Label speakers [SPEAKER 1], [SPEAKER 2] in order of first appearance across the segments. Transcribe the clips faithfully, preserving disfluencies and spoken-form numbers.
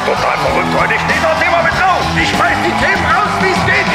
[SPEAKER 1] total verrückt heute. Ich stehe das Thema mit drauf. Ich schmeiß die Themen raus, wie es geht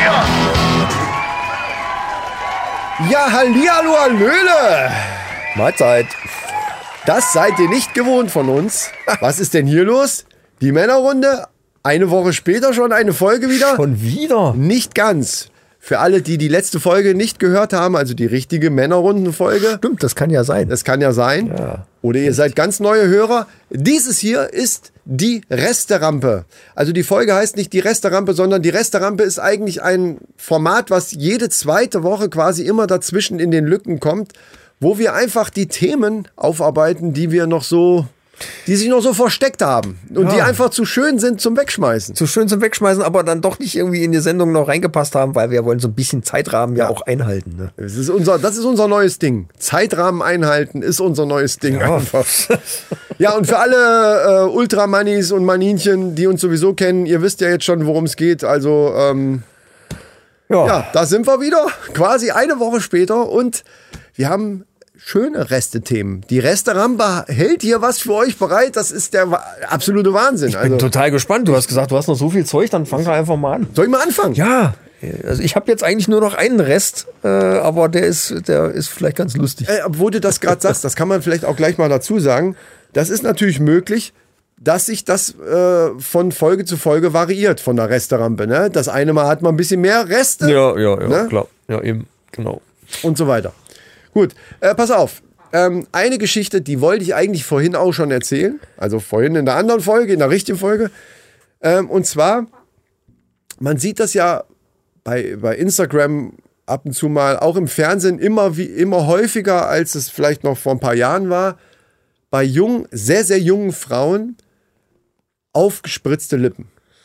[SPEAKER 1] hier.
[SPEAKER 2] Ja, hallihallo, hallöle. Mahlzeit. Das seid ihr nicht gewohnt von uns. Was ist denn hier los? Die Männerrunde? Eine Woche später schon eine Folge wieder?
[SPEAKER 3] Schon wieder?
[SPEAKER 2] Nicht ganz. Für alle, die die letzte Folge nicht gehört haben, also die richtige Männerrundenfolge.
[SPEAKER 3] Stimmt, das kann ja sein.
[SPEAKER 2] Das kann ja sein.
[SPEAKER 3] Ja.
[SPEAKER 2] Oder ihr seid ganz neue Hörer. Dieses hier ist die Resterampe. Also die Folge heißt nicht die Resterampe, sondern die Resterampe ist eigentlich ein Format, was jede zweite Woche quasi immer dazwischen in den Lücken kommt, wo wir einfach die Themen aufarbeiten, die wir noch so... die sich noch so versteckt haben und
[SPEAKER 3] ja.
[SPEAKER 2] die einfach zu schön sind zum Wegschmeißen.
[SPEAKER 3] Zu schön zum Wegschmeißen, aber dann doch nicht irgendwie in die Sendung noch reingepasst haben, weil wir wollen so ein bisschen Zeitrahmen ja, ja auch einhalten. Ne?
[SPEAKER 2] Das ist unser, das ist unser neues Ding. Zeitrahmen einhalten ist unser neues Ding
[SPEAKER 3] ja.
[SPEAKER 2] einfach. Ja, und für alle äh, Ultramannis und Maninchen, die uns sowieso kennen, ihr wisst ja jetzt schon, worum es geht. Also, ähm, ja. ja, da sind wir wieder, quasi eine Woche später und wir haben... schöne Reste-Themen. Die Resterampe hält hier was für euch bereit. Das ist der wa- absolute Wahnsinn.
[SPEAKER 3] Ich bin
[SPEAKER 2] also,
[SPEAKER 3] total gespannt. Du hast gesagt, du hast noch so viel Zeug, dann fang doch einfach mal an.
[SPEAKER 2] Soll ich mal anfangen?
[SPEAKER 3] Ja, also ich habe jetzt eigentlich nur noch einen Rest, äh, aber der ist, der ist vielleicht ganz lustig.
[SPEAKER 2] Äh, obwohl du das gerade sagst, das kann man vielleicht auch gleich mal dazu sagen. Das ist natürlich möglich, dass sich das äh, von Folge zu Folge variiert von der Resterampe. Ne? Das eine Mal hat man ein bisschen mehr Reste.
[SPEAKER 3] Ja, ja, ja,
[SPEAKER 2] ne?
[SPEAKER 3] klar. Ja, eben, genau.
[SPEAKER 2] Und so weiter. Gut, äh, pass auf. Ähm, eine Geschichte, die wollte ich eigentlich vorhin auch schon erzählen. Also vorhin in der anderen Folge, in der richtigen Folge. Ähm, und zwar, man sieht das ja bei, bei Instagram ab und zu mal, auch im Fernsehen immer, wie, immer häufiger, als es vielleicht noch vor ein paar Jahren war, bei jungen, sehr, sehr jungen Frauen aufgespritzte Lippen.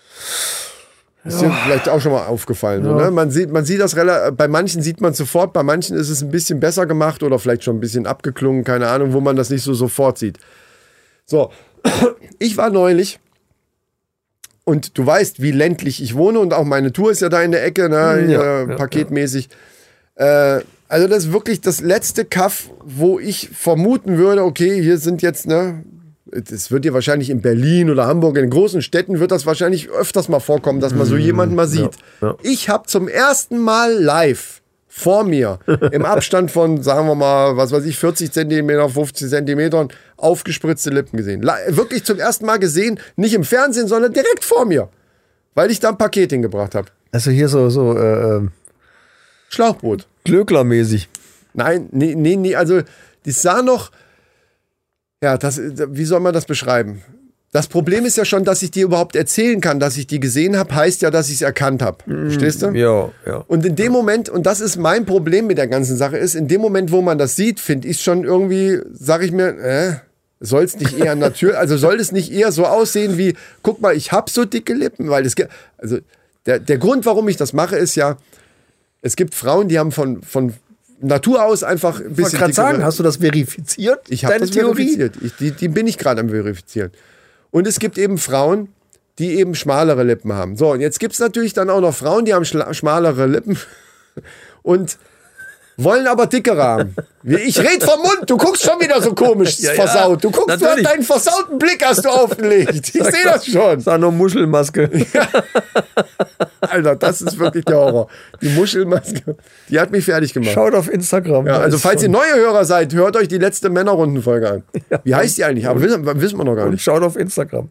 [SPEAKER 2] Ist dir vielleicht auch schon mal aufgefallen. Ja. So, ne? Man sieht, man sieht das relativ, bei manchen sieht man es sofort, bei manchen ist es ein bisschen besser gemacht oder vielleicht schon ein bisschen abgeklungen, keine Ahnung, wo man das nicht so sofort sieht. So, ich war neulich und du weißt, wie ländlich ich wohne und auch meine Tour ist ja da in der Ecke, ne?
[SPEAKER 3] Ja,
[SPEAKER 2] äh,
[SPEAKER 3] ja,
[SPEAKER 2] paketmäßig. Ja. Äh, also das ist wirklich das letzte Kaff, wo ich vermuten würde, okay, hier sind jetzt, ne, das wird dir wahrscheinlich in Berlin oder Hamburg, in großen Städten wird das wahrscheinlich öfters mal vorkommen, dass man so jemanden mal sieht.
[SPEAKER 3] Ja, ja.
[SPEAKER 2] Ich habe zum ersten Mal live vor mir im Abstand von, sagen wir mal, was weiß ich, vierzig Zentimeter, fünfzig Zentimetern aufgespritzte Lippen gesehen. Wirklich zum ersten Mal gesehen, nicht im Fernsehen, sondern direkt vor mir, weil ich da ein Paket hingebracht habe.
[SPEAKER 3] Also hier so, so äh,
[SPEAKER 2] Schlauchboot.
[SPEAKER 3] Glöcklermäßig.
[SPEAKER 2] Nein, nee, nee, nee, also die sah noch... Ja, das, wie soll man das beschreiben? Das Problem ist ja schon, dass ich dir überhaupt erzählen kann, dass ich die gesehen habe, heißt ja, dass ich es erkannt habe. Mm, Verstehst du?
[SPEAKER 3] Ja, ja.
[SPEAKER 2] Und in dem Moment, und das ist mein Problem mit der ganzen Sache, ist, in dem Moment, wo man das sieht, finde ich es schon irgendwie, sage ich mir, äh, soll es nicht eher natürlich, also soll es nicht eher so aussehen wie, guck mal, ich habe so dicke Lippen, weil das, also der, der Grund, warum ich das mache, ist ja, es gibt Frauen, die haben von, von Natur aus einfach ein bisschen.
[SPEAKER 3] Ich wollte gerade sagen, hast du das verifiziert?
[SPEAKER 2] Ich habe das
[SPEAKER 3] Theorie?
[SPEAKER 2] verifiziert. Ich, die, die bin ich gerade am verifizieren. Und es gibt eben Frauen, die eben schmalere Lippen haben. So, und jetzt gibt es natürlich dann auch noch Frauen, die haben schla- schmalere Lippen und wollen aber dickere haben. Ich rede vom Mund, du guckst schon wieder so komisch
[SPEAKER 3] ja,
[SPEAKER 2] versaut. Du guckst, du hast deinen versauten Blick hast du aufgelegt. Ich sehe das schon.
[SPEAKER 3] Das war nur Muschelmaske.
[SPEAKER 2] Ja. Alter, das ist wirklich der Horror. Die Muschelmaske, die hat mich fertig gemacht.
[SPEAKER 3] Schaut auf Instagram.
[SPEAKER 2] Ja, also falls ihr neue Hörer seid, hört euch die letzte Männerrundenfolge an.
[SPEAKER 3] Ja.
[SPEAKER 2] Wie heißt die eigentlich? Aber wissen, wissen wir noch gar
[SPEAKER 3] Und
[SPEAKER 2] nicht.
[SPEAKER 3] schaut auf Instagram.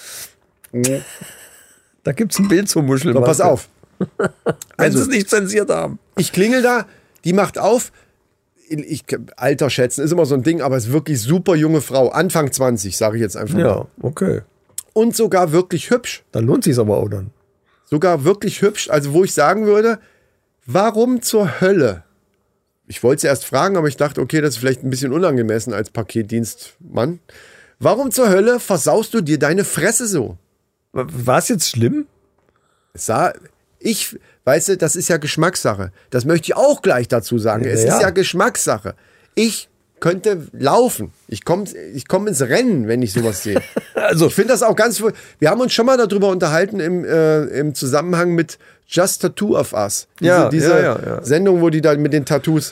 [SPEAKER 3] Da gibt es ein Bild zur Muschelmaske.
[SPEAKER 2] So, pass auf.
[SPEAKER 3] Wenn
[SPEAKER 2] Also,
[SPEAKER 3] sie es nicht zensiert haben.
[SPEAKER 2] ich klingel da, die macht auf. Ich, Alter schätzen ist immer so ein Ding, aber es ist wirklich super junge Frau. Anfang zwanzig, sage ich jetzt einfach mal.
[SPEAKER 3] Ja, okay.
[SPEAKER 2] Und sogar wirklich hübsch.
[SPEAKER 3] Dann lohnt sich aber auch dann.
[SPEAKER 2] Sogar wirklich hübsch. Also wo ich sagen würde, warum zur Hölle? Ich wollte sie erst fragen, aber ich dachte, okay, das ist vielleicht ein bisschen unangemessen als Paketdienstmann. Warum zur Hölle versaust du dir deine Fresse so?
[SPEAKER 3] War es jetzt schlimm?
[SPEAKER 2] Es sah, ich, weißt du, das ist ja Geschmackssache. Das möchte ich auch gleich dazu sagen. Es
[SPEAKER 3] Ja.
[SPEAKER 2] ist ja Geschmackssache. Ich könnte laufen. Ich komme ich komm ins Rennen, wenn ich sowas sehe.
[SPEAKER 3] Also,
[SPEAKER 2] Ich finde das auch ganz... Wir haben uns schon mal darüber unterhalten im, äh, im Zusammenhang mit Just Tattoo of Us. Diese,
[SPEAKER 3] Ja,
[SPEAKER 2] diese
[SPEAKER 3] ja, ja, ja.
[SPEAKER 2] Sendung, wo die da mit den Tattoos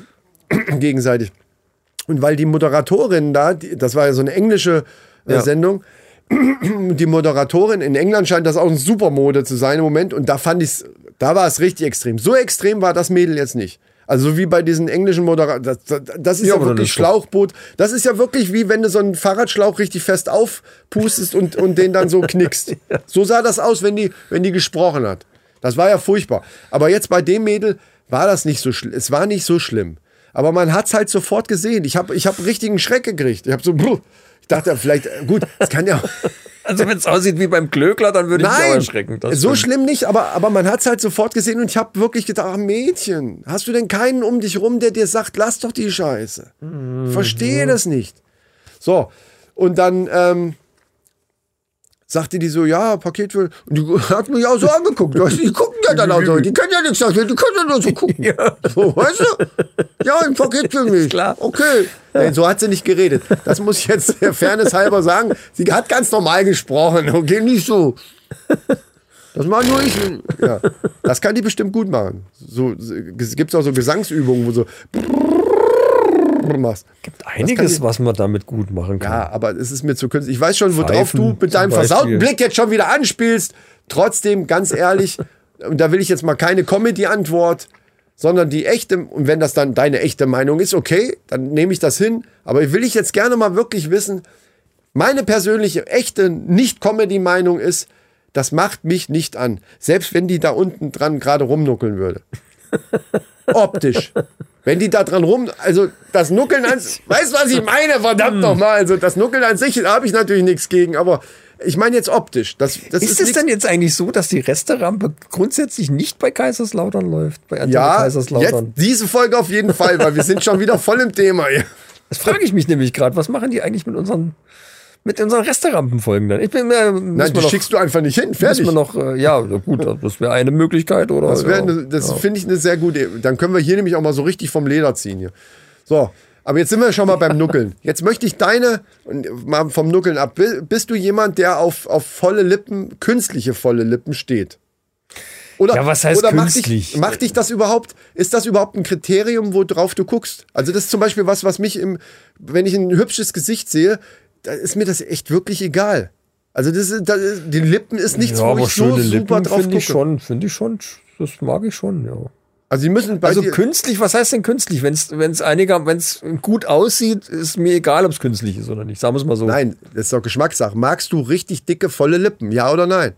[SPEAKER 2] gegenseitig... Und weil die Moderatorin da, die, das war ja so eine englische äh,
[SPEAKER 3] Ja.
[SPEAKER 2] Sendung, die Moderatorin in England scheint das auch eine Supermode zu sein im Moment. Und da fand ich's, da war es richtig extrem. So extrem war das Mädel jetzt nicht. Also so wie bei diesen englischen Moderatoren. Das, das, das ist ja, ja wirklich Schlauchboot. Das ist ja wirklich wie wenn du so einen Fahrradschlauch richtig fest aufpustest und, und den dann so knickst. So sah das aus, wenn die, wenn die gesprochen hat. Das war ja furchtbar. Aber jetzt bei dem Mädel war das nicht so schlimm. Es war nicht so schlimm. Aber man hat's halt sofort gesehen. Ich habe ich hab richtigen Schreck gekriegt. Ich habe so, ich dachte vielleicht, gut, das kann ja.
[SPEAKER 3] Also wenn es aussieht wie beim Klöckler, dann würde ich mich auch erschrecken. Das
[SPEAKER 2] so
[SPEAKER 3] stimmt.
[SPEAKER 2] schlimm nicht, aber, aber man hat's halt sofort gesehen und ich habe wirklich gedacht, ach Mädchen, hast du denn keinen um dich rum, der dir sagt, lass doch die Scheiße. Mhm. Verstehe das nicht. So, und dann ähm, sagte die so, ja, Paket für... Und die hat mich auch so angeguckt. Die gucken ja dann auch so. Die können ja nichts sagen. Die können ja nur so gucken. Ja. So, weißt du? Ja, ein Paket für mich.
[SPEAKER 3] Klar.
[SPEAKER 2] Okay. Nee, so hat sie nicht geredet. Das muss ich jetzt der Fairness halber sagen. Sie hat ganz normal gesprochen. Okay, nicht so. Das mache nur ich. Ja. Das kann die bestimmt gut machen. So, es gibt auch so Gesangsübungen, wo so... machst.
[SPEAKER 3] Gibt einiges, was man damit gut machen kann.
[SPEAKER 2] Ja, aber es ist mir zu künstlich. Ich weiß schon, worauf du mit deinem versauten Blick jetzt schon wieder anspielst. Trotzdem, ganz ehrlich, und da will ich jetzt mal keine Comedy-Antwort, sondern die echte, und wenn das dann deine echte Meinung ist, okay, dann nehme ich das hin. Aber will ich jetzt gerne mal wirklich wissen, meine persönliche, echte Nicht-Comedy-Meinung ist, das macht mich nicht an. Selbst wenn die da unten dran gerade rumnuckeln würde. Optisch. Wenn die da dran rum, also das Nuckeln an, weißt du, was ich meine? Verdammt nochmal. Also das Nuckeln an sich habe ich natürlich nichts gegen, aber ich meine jetzt optisch. Das, das
[SPEAKER 3] ist, ist es denn jetzt eigentlich so, dass die Resterampe grundsätzlich nicht bei Kaiserslautern läuft? Bei
[SPEAKER 2] ja,
[SPEAKER 3] Kaiserslautern?
[SPEAKER 2] Jetzt diese Folge auf jeden Fall, weil wir sind schon wieder voll im Thema hier.
[SPEAKER 3] Das frage ich mich nämlich gerade. Was machen die eigentlich mit unseren... Mit unseren Resterampenfolgen dann. Ich bin, äh,
[SPEAKER 2] Nein, die
[SPEAKER 3] noch,
[SPEAKER 2] schickst du einfach nicht hin. Fertig.
[SPEAKER 3] Wir noch, äh, ja, gut, das wäre eine Möglichkeit. Oder,
[SPEAKER 2] das
[SPEAKER 3] ja,
[SPEAKER 2] ne, das
[SPEAKER 3] ja.
[SPEAKER 2] finde ich eine sehr gute. Dann können wir hier nämlich auch mal so richtig vom Leder ziehen. Hier. So, aber jetzt sind wir schon mal beim Nuckeln. Jetzt möchte ich deine, mal vom Nuckeln ab. Bist du jemand, der auf, auf volle Lippen, künstliche volle Lippen steht? Oder,
[SPEAKER 3] ja, was heißt
[SPEAKER 2] oder
[SPEAKER 3] künstlich?
[SPEAKER 2] Macht dich, macht dich das überhaupt, ist das überhaupt ein Kriterium, worauf du guckst? Also das ist zum Beispiel was, was mich im, wenn ich ein hübsches Gesicht sehe, da ist mir das echt wirklich egal. Also das ist, das ist, die Lippen ist nichts,
[SPEAKER 3] ja,
[SPEAKER 2] wo
[SPEAKER 3] aber
[SPEAKER 2] ich so
[SPEAKER 3] Lippen
[SPEAKER 2] super drauf gucke.
[SPEAKER 3] Ich schon, finde ich schon, das mag ich schon, ja.
[SPEAKER 2] Also die müssen bei
[SPEAKER 3] Also
[SPEAKER 2] dir
[SPEAKER 3] künstlich, was heißt denn künstlich? Wenn es wenn es einiger, wenn es gut aussieht, ist mir egal, ob es künstlich ist oder nicht. Sagen wir es mal so.
[SPEAKER 2] Nein, das ist doch Geschmackssache. Magst du richtig dicke, volle Lippen? Ja oder nein?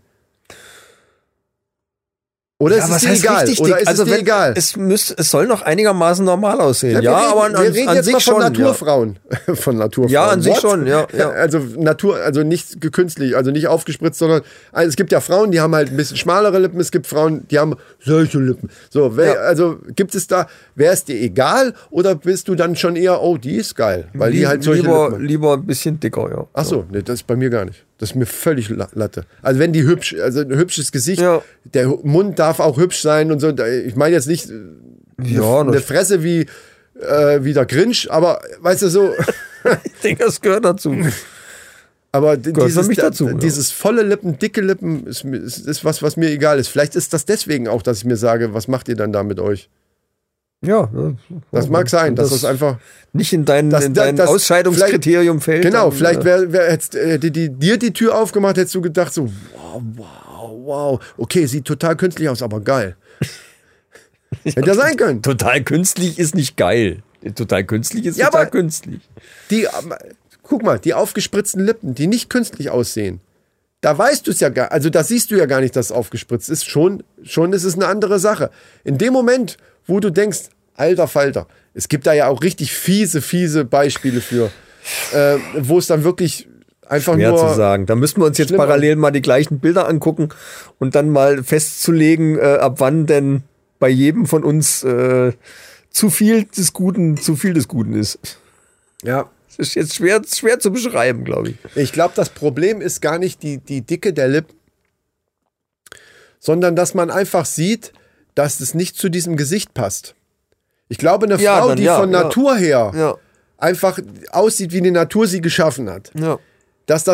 [SPEAKER 2] Oder
[SPEAKER 3] ja,
[SPEAKER 2] ist es dir egal? Oder ist
[SPEAKER 3] also
[SPEAKER 2] es dir
[SPEAKER 3] wenn,
[SPEAKER 2] egal?
[SPEAKER 3] Es, müsst, es soll noch einigermaßen normal aussehen. Ja,
[SPEAKER 2] Ja, wir reden,
[SPEAKER 3] aber an,
[SPEAKER 2] wir reden
[SPEAKER 3] an
[SPEAKER 2] jetzt
[SPEAKER 3] sich
[SPEAKER 2] mal von
[SPEAKER 3] schon.
[SPEAKER 2] Naturfrauen. Ja. Von Naturfrauen.
[SPEAKER 3] Ja, an sich
[SPEAKER 2] What?
[SPEAKER 3] schon, ja, ja.
[SPEAKER 2] Also Natur, also nicht gekünstlich, also nicht aufgespritzt, sondern also es gibt ja Frauen, die haben halt ein bisschen schmalere Lippen, es gibt Frauen, die haben solche Lippen. So, wer,
[SPEAKER 3] Ja.
[SPEAKER 2] also gibt es da, wäre es dir egal oder bist du dann schon eher, oh, die ist geil, weil die halt solche
[SPEAKER 3] lieber,
[SPEAKER 2] Lippen hat?
[SPEAKER 3] lieber ein bisschen dicker, ja.
[SPEAKER 2] Ach so, nee, das ist bei mir gar nicht. Das ist mir völlig Latte. Also wenn die hübsch, also ein hübsches Gesicht,
[SPEAKER 3] Ja.
[SPEAKER 2] der Mund darf auch hübsch sein und so. Ich meine jetzt nicht
[SPEAKER 3] Ja,
[SPEAKER 2] eine
[SPEAKER 3] das-
[SPEAKER 2] Fresse wie, äh, wie der Grinch, aber weißt du so,
[SPEAKER 3] Ich denke, das gehört dazu.
[SPEAKER 2] aber d-
[SPEAKER 3] Gehört für
[SPEAKER 2] dieses,
[SPEAKER 3] mich dazu, ja.
[SPEAKER 2] dieses volle Lippen, dicke Lippen ist, mir- ist, ist was, was mir egal ist. Vielleicht ist das deswegen auch, dass ich mir sage, was macht ihr dann da mit euch?
[SPEAKER 3] Ja, ja.
[SPEAKER 2] Das mag sein, dass das einfach
[SPEAKER 3] nicht in dein,
[SPEAKER 2] Das-
[SPEAKER 3] in dein
[SPEAKER 2] das-
[SPEAKER 3] Ausscheidungskriterium fällt.
[SPEAKER 2] Genau,
[SPEAKER 3] dann,
[SPEAKER 2] vielleicht
[SPEAKER 3] äh,
[SPEAKER 2] wär, wär, hättest, äh, hätte die dir die Tür aufgemacht, hättest du gedacht so, wow, wow, wow, okay, sieht total künstlich aus, aber geil. Hätte ja sein können.
[SPEAKER 3] Total künstlich ist nicht geil. Total künstlich ist
[SPEAKER 2] Ja,
[SPEAKER 3] total
[SPEAKER 2] aber-
[SPEAKER 3] künstlich.
[SPEAKER 2] Die, ähm, guck mal, die aufgespritzten Lippen, die nicht künstlich aussehen, da weißt du es ja gar, also da siehst du ja gar nicht, dass es aufgespritzt ist. Schon, schon ist es eine andere Sache. In dem Moment, wo du denkst, alter Falter, es gibt da ja auch richtig fiese, fiese Beispiele für, äh, wo es dann wirklich einfach
[SPEAKER 3] Schwer
[SPEAKER 2] nur
[SPEAKER 3] zu sagen. Da müssten wir uns jetzt
[SPEAKER 2] schlimm
[SPEAKER 3] parallel mal die gleichen Bilder angucken und dann mal festzulegen, äh, ab wann denn bei jedem von uns äh, zu viel des Guten, zu viel des Guten ist.
[SPEAKER 2] ja.
[SPEAKER 3] Das ist jetzt schwer, schwer zu beschreiben, glaube ich.
[SPEAKER 2] Ich glaube, das Problem ist gar nicht die, die Dicke der Lippen, sondern dass man einfach sieht, dass es nicht zu diesem Gesicht passt. Ich glaube, eine
[SPEAKER 3] Ja,
[SPEAKER 2] Frau,
[SPEAKER 3] dann
[SPEAKER 2] die
[SPEAKER 3] ja,
[SPEAKER 2] von
[SPEAKER 3] ja.
[SPEAKER 2] Natur her
[SPEAKER 3] Ja.
[SPEAKER 2] einfach aussieht, wie die Natur sie geschaffen hat,
[SPEAKER 3] Ja.
[SPEAKER 2] dass das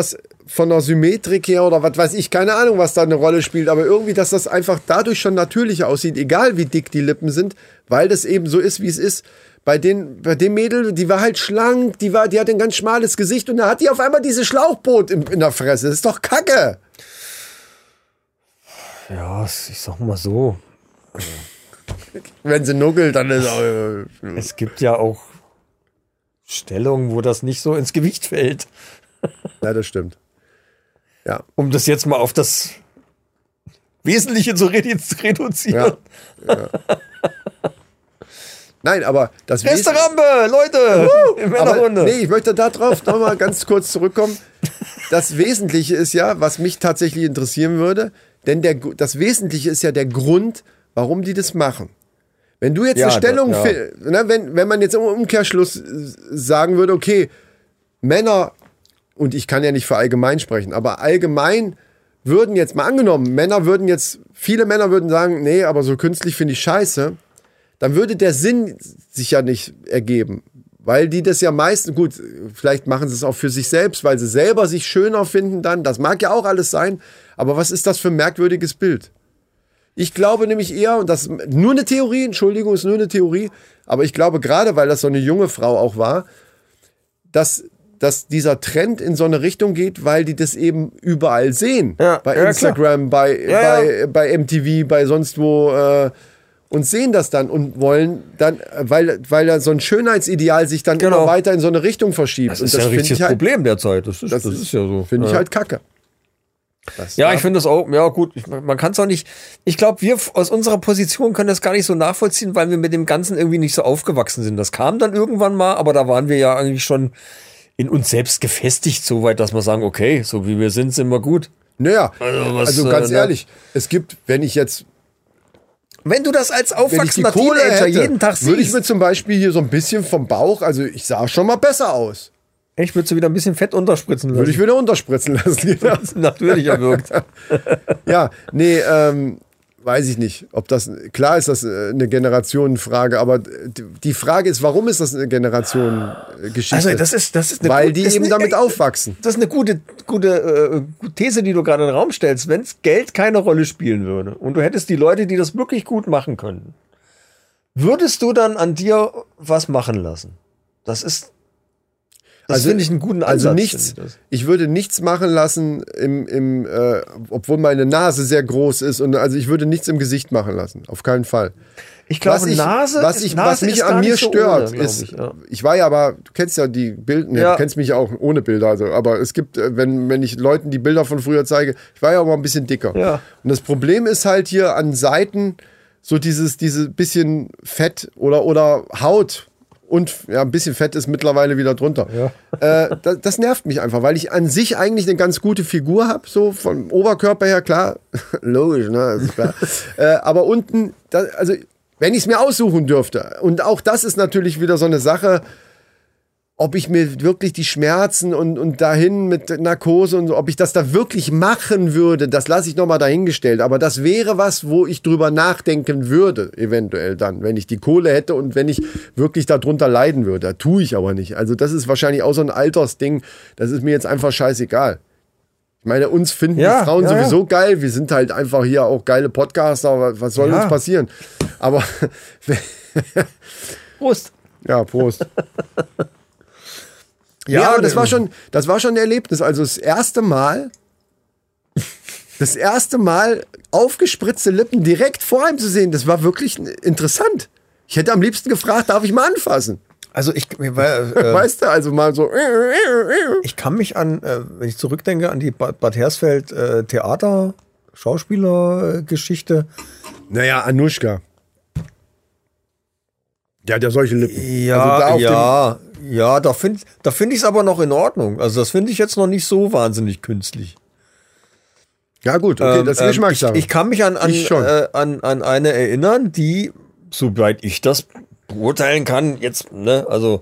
[SPEAKER 2] von der Symmetrik her oder was weiß ich, keine Ahnung, was da eine Rolle spielt, aber irgendwie, dass das einfach dadurch schon natürlicher aussieht, egal wie dick die Lippen sind, weil das eben so ist, wie es ist. Bei, den, bei dem Mädel, die war halt schlank, die, war, die hat ein ganz schmales Gesicht und da hat die auf einmal diese Schlauchboot in, in der Fresse. Das ist doch Kacke.
[SPEAKER 3] Ja, ich sag mal so.
[SPEAKER 2] Wenn sie nuckelt, dann ist auch... Äh,
[SPEAKER 3] es gibt ja auch Stellungen, wo das nicht so ins Gewicht fällt.
[SPEAKER 2] Ja, das stimmt. Ja.
[SPEAKER 3] Um das jetzt mal auf das Wesentliche zu reduzieren.
[SPEAKER 2] Ja. Ja. Nein, aber das
[SPEAKER 3] Beste Rampe, Leute!
[SPEAKER 2] Uh,
[SPEAKER 3] in
[SPEAKER 2] aber,
[SPEAKER 3] Runde.
[SPEAKER 2] nee, ich möchte darauf nochmal ganz kurz zurückkommen. Das Wesentliche ist ja, was mich tatsächlich interessieren würde, denn der, das Wesentliche ist ja der Grund, warum die das machen. Wenn du jetzt
[SPEAKER 3] ja,
[SPEAKER 2] eine Stellung,
[SPEAKER 3] das, ja.
[SPEAKER 2] ne, wenn, wenn man jetzt im Umkehrschluss sagen würde, okay, Männer, und ich kann ja nicht für allgemein sprechen, aber allgemein würden jetzt mal angenommen, Männer würden jetzt, viele Männer würden sagen, nee, aber so künstlich finde ich scheiße, dann würde der Sinn sich ja nicht ergeben. Weil die das ja meistens, gut, vielleicht machen sie es auch für sich selbst, weil sie selber sich schöner finden dann, das mag ja auch alles sein, aber was ist das für ein merkwürdiges Bild? Ich glaube nämlich eher, und das ist nur eine Theorie, Entschuldigung, ist nur eine Theorie, aber ich glaube gerade, weil das so eine junge Frau auch war, dass, dass dieser Trend in so eine Richtung geht, weil die das eben überall sehen.
[SPEAKER 3] Ja,
[SPEAKER 2] bei
[SPEAKER 3] ja,
[SPEAKER 2] Instagram, bei,
[SPEAKER 3] ja,
[SPEAKER 2] bei,
[SPEAKER 3] ja.
[SPEAKER 2] bei M T V, bei sonst wo, äh, und sehen das dann und wollen dann, weil, weil da so ein Schönheitsideal sich dann
[SPEAKER 3] Genau.
[SPEAKER 2] immer weiter in so eine Richtung verschiebt.
[SPEAKER 3] Das
[SPEAKER 2] und
[SPEAKER 3] ist
[SPEAKER 2] das
[SPEAKER 3] ja ein
[SPEAKER 2] finde
[SPEAKER 3] richtiges
[SPEAKER 2] ich halt,
[SPEAKER 3] Problem derzeit. Das ist,
[SPEAKER 2] das
[SPEAKER 3] das
[SPEAKER 2] ist,
[SPEAKER 3] ist ja so.
[SPEAKER 2] Finde ich
[SPEAKER 3] ja.
[SPEAKER 2] halt kacke. Das
[SPEAKER 3] Ja,
[SPEAKER 2] darf-
[SPEAKER 3] ich finde das auch, ja gut, ich, man kann es auch nicht, ich glaube, wir f- aus unserer Position können das gar nicht so nachvollziehen, weil wir mit dem Ganzen irgendwie nicht so aufgewachsen sind. Das kam dann irgendwann mal, aber da waren wir ja eigentlich schon in uns selbst gefestigt, so weit, dass wir sagen, okay, so wie wir sind, sind wir gut.
[SPEAKER 2] Naja,
[SPEAKER 3] Also was,
[SPEAKER 2] also ganz
[SPEAKER 3] äh,
[SPEAKER 2] ehrlich, es gibt, wenn ich jetzt
[SPEAKER 3] Wenn du das als
[SPEAKER 2] wenn ich die
[SPEAKER 3] aufwachsender
[SPEAKER 2] Kohle
[SPEAKER 3] Teenager
[SPEAKER 2] hätte,
[SPEAKER 3] jeden Tag
[SPEAKER 2] würde ich
[SPEAKER 3] siehst,
[SPEAKER 2] mir zum Beispiel hier so ein bisschen vom Bauch, also ich sah schon mal besser aus.
[SPEAKER 3] echt, würdest du wieder ein bisschen Fett unterspritzen lassen.
[SPEAKER 2] Würde ich wieder unterspritzen lassen. Genau.
[SPEAKER 3] natürlicher wirkt.
[SPEAKER 2] Ja, nee, ähm, weiß ich nicht, ob das, klar ist das äh, eine Generationenfrage, aber d- die Frage ist, warum ist das eine Generationengeschichte?
[SPEAKER 3] Also das ist, das ist eine
[SPEAKER 2] Weil
[SPEAKER 3] gut-
[SPEAKER 2] die
[SPEAKER 3] ist
[SPEAKER 2] eben
[SPEAKER 3] eine,
[SPEAKER 2] damit aufwachsen.
[SPEAKER 3] Das ist eine gute, gute äh, gute These, die du gerade in den Raum stellst. Wenn Geld keine Rolle spielen würde und du hättest die Leute, die das wirklich gut machen können, würdest du dann an dir was machen lassen? Das ist, das
[SPEAKER 2] Also-
[SPEAKER 3] finde ich einen guten Ansatz.
[SPEAKER 2] Also nichts,
[SPEAKER 3] finde ich das.
[SPEAKER 2] ich würde nichts machen lassen, im, im, äh, obwohl meine Nase sehr groß ist. Und also ich würde nichts im Gesicht machen lassen. Auf keinen Fall.
[SPEAKER 3] Ich glaube,
[SPEAKER 2] was ich,
[SPEAKER 3] Nase,
[SPEAKER 2] was,
[SPEAKER 3] ist,
[SPEAKER 2] ich,
[SPEAKER 3] Nase
[SPEAKER 2] was mich
[SPEAKER 3] ist gar
[SPEAKER 2] an mir
[SPEAKER 3] nicht so
[SPEAKER 2] stört,
[SPEAKER 3] ohne, glaub
[SPEAKER 2] ist,
[SPEAKER 3] ich, ja.
[SPEAKER 2] ich war ja aber, du kennst ja die Bilder, ne,
[SPEAKER 3] Ja.
[SPEAKER 2] du kennst mich ja auch ohne Bilder, also, aber es gibt, äh, wenn, wenn ich Leuten die Bilder von früher zeige, ich war ja auch mal ein bisschen dicker.
[SPEAKER 3] Ja.
[SPEAKER 2] Und das Problem ist halt hier an Seiten so dieses, diese bisschen Fett oder, oder Haut. Und ja, ein bisschen Fett ist mittlerweile wieder drunter. Ja. Äh, das, das nervt mich einfach, weil ich an sich eigentlich eine ganz gute Figur habe, so vom Oberkörper her, klar, logisch, ne, das ist klar. äh, aber unten, da, also wenn ich es mir aussuchen dürfte, und auch das ist natürlich wieder so eine Sache, ob ich mir wirklich die Schmerzen und, und dahin mit Narkose und so, ob ich das da wirklich machen würde, das lasse ich nochmal dahingestellt. Aber das wäre was, wo ich drüber nachdenken würde, eventuell dann, wenn ich die Kohle hätte und wenn ich wirklich darunter leiden würde. Das tue ich aber nicht. Also das ist wahrscheinlich auch so ein Altersding. Das ist mir jetzt einfach scheißegal. Ich meine, uns finden
[SPEAKER 3] Ja,
[SPEAKER 2] die Frauen
[SPEAKER 3] ja,
[SPEAKER 2] sowieso
[SPEAKER 3] ja.
[SPEAKER 2] geil. Wir sind halt einfach hier auch geile Podcaster. Was soll
[SPEAKER 3] Ja.
[SPEAKER 2] uns passieren? Aber
[SPEAKER 3] Prost.
[SPEAKER 2] ja, Prost.
[SPEAKER 3] Ja,
[SPEAKER 2] Ja, aber das
[SPEAKER 3] ne-
[SPEAKER 2] war schon, das war schon ein Erlebnis. Also das erste Mal, das erste Mal aufgespritzte Lippen direkt vor einem zu sehen, das war wirklich interessant. Ich hätte am liebsten gefragt, darf ich mal anfassen?
[SPEAKER 3] Also ich, weil, äh,
[SPEAKER 2] Weißt du, also mal so.
[SPEAKER 3] ich kann mich an, äh, wenn ich zurückdenke, an die Bad, Bad Hersfeld äh, Theater, Schauspieler-Geschichte.
[SPEAKER 2] Naja, Anuschka. Der hat ja solche Lippen.
[SPEAKER 3] Ja,
[SPEAKER 2] Also da auf
[SPEAKER 3] ja, ja, da finde da find ich es aber noch in Ordnung. Also das finde ich jetzt noch nicht so wahnsinnig künstlich.
[SPEAKER 2] Dem, ja gut, okay, das ist
[SPEAKER 3] Ähm,
[SPEAKER 2] Geschmackssache.
[SPEAKER 3] Ich, ich kann mich an, an,
[SPEAKER 2] Ich schon.
[SPEAKER 3] äh, an, an eine erinnern, die, soweit ich das beurteilen kann, jetzt, ne, also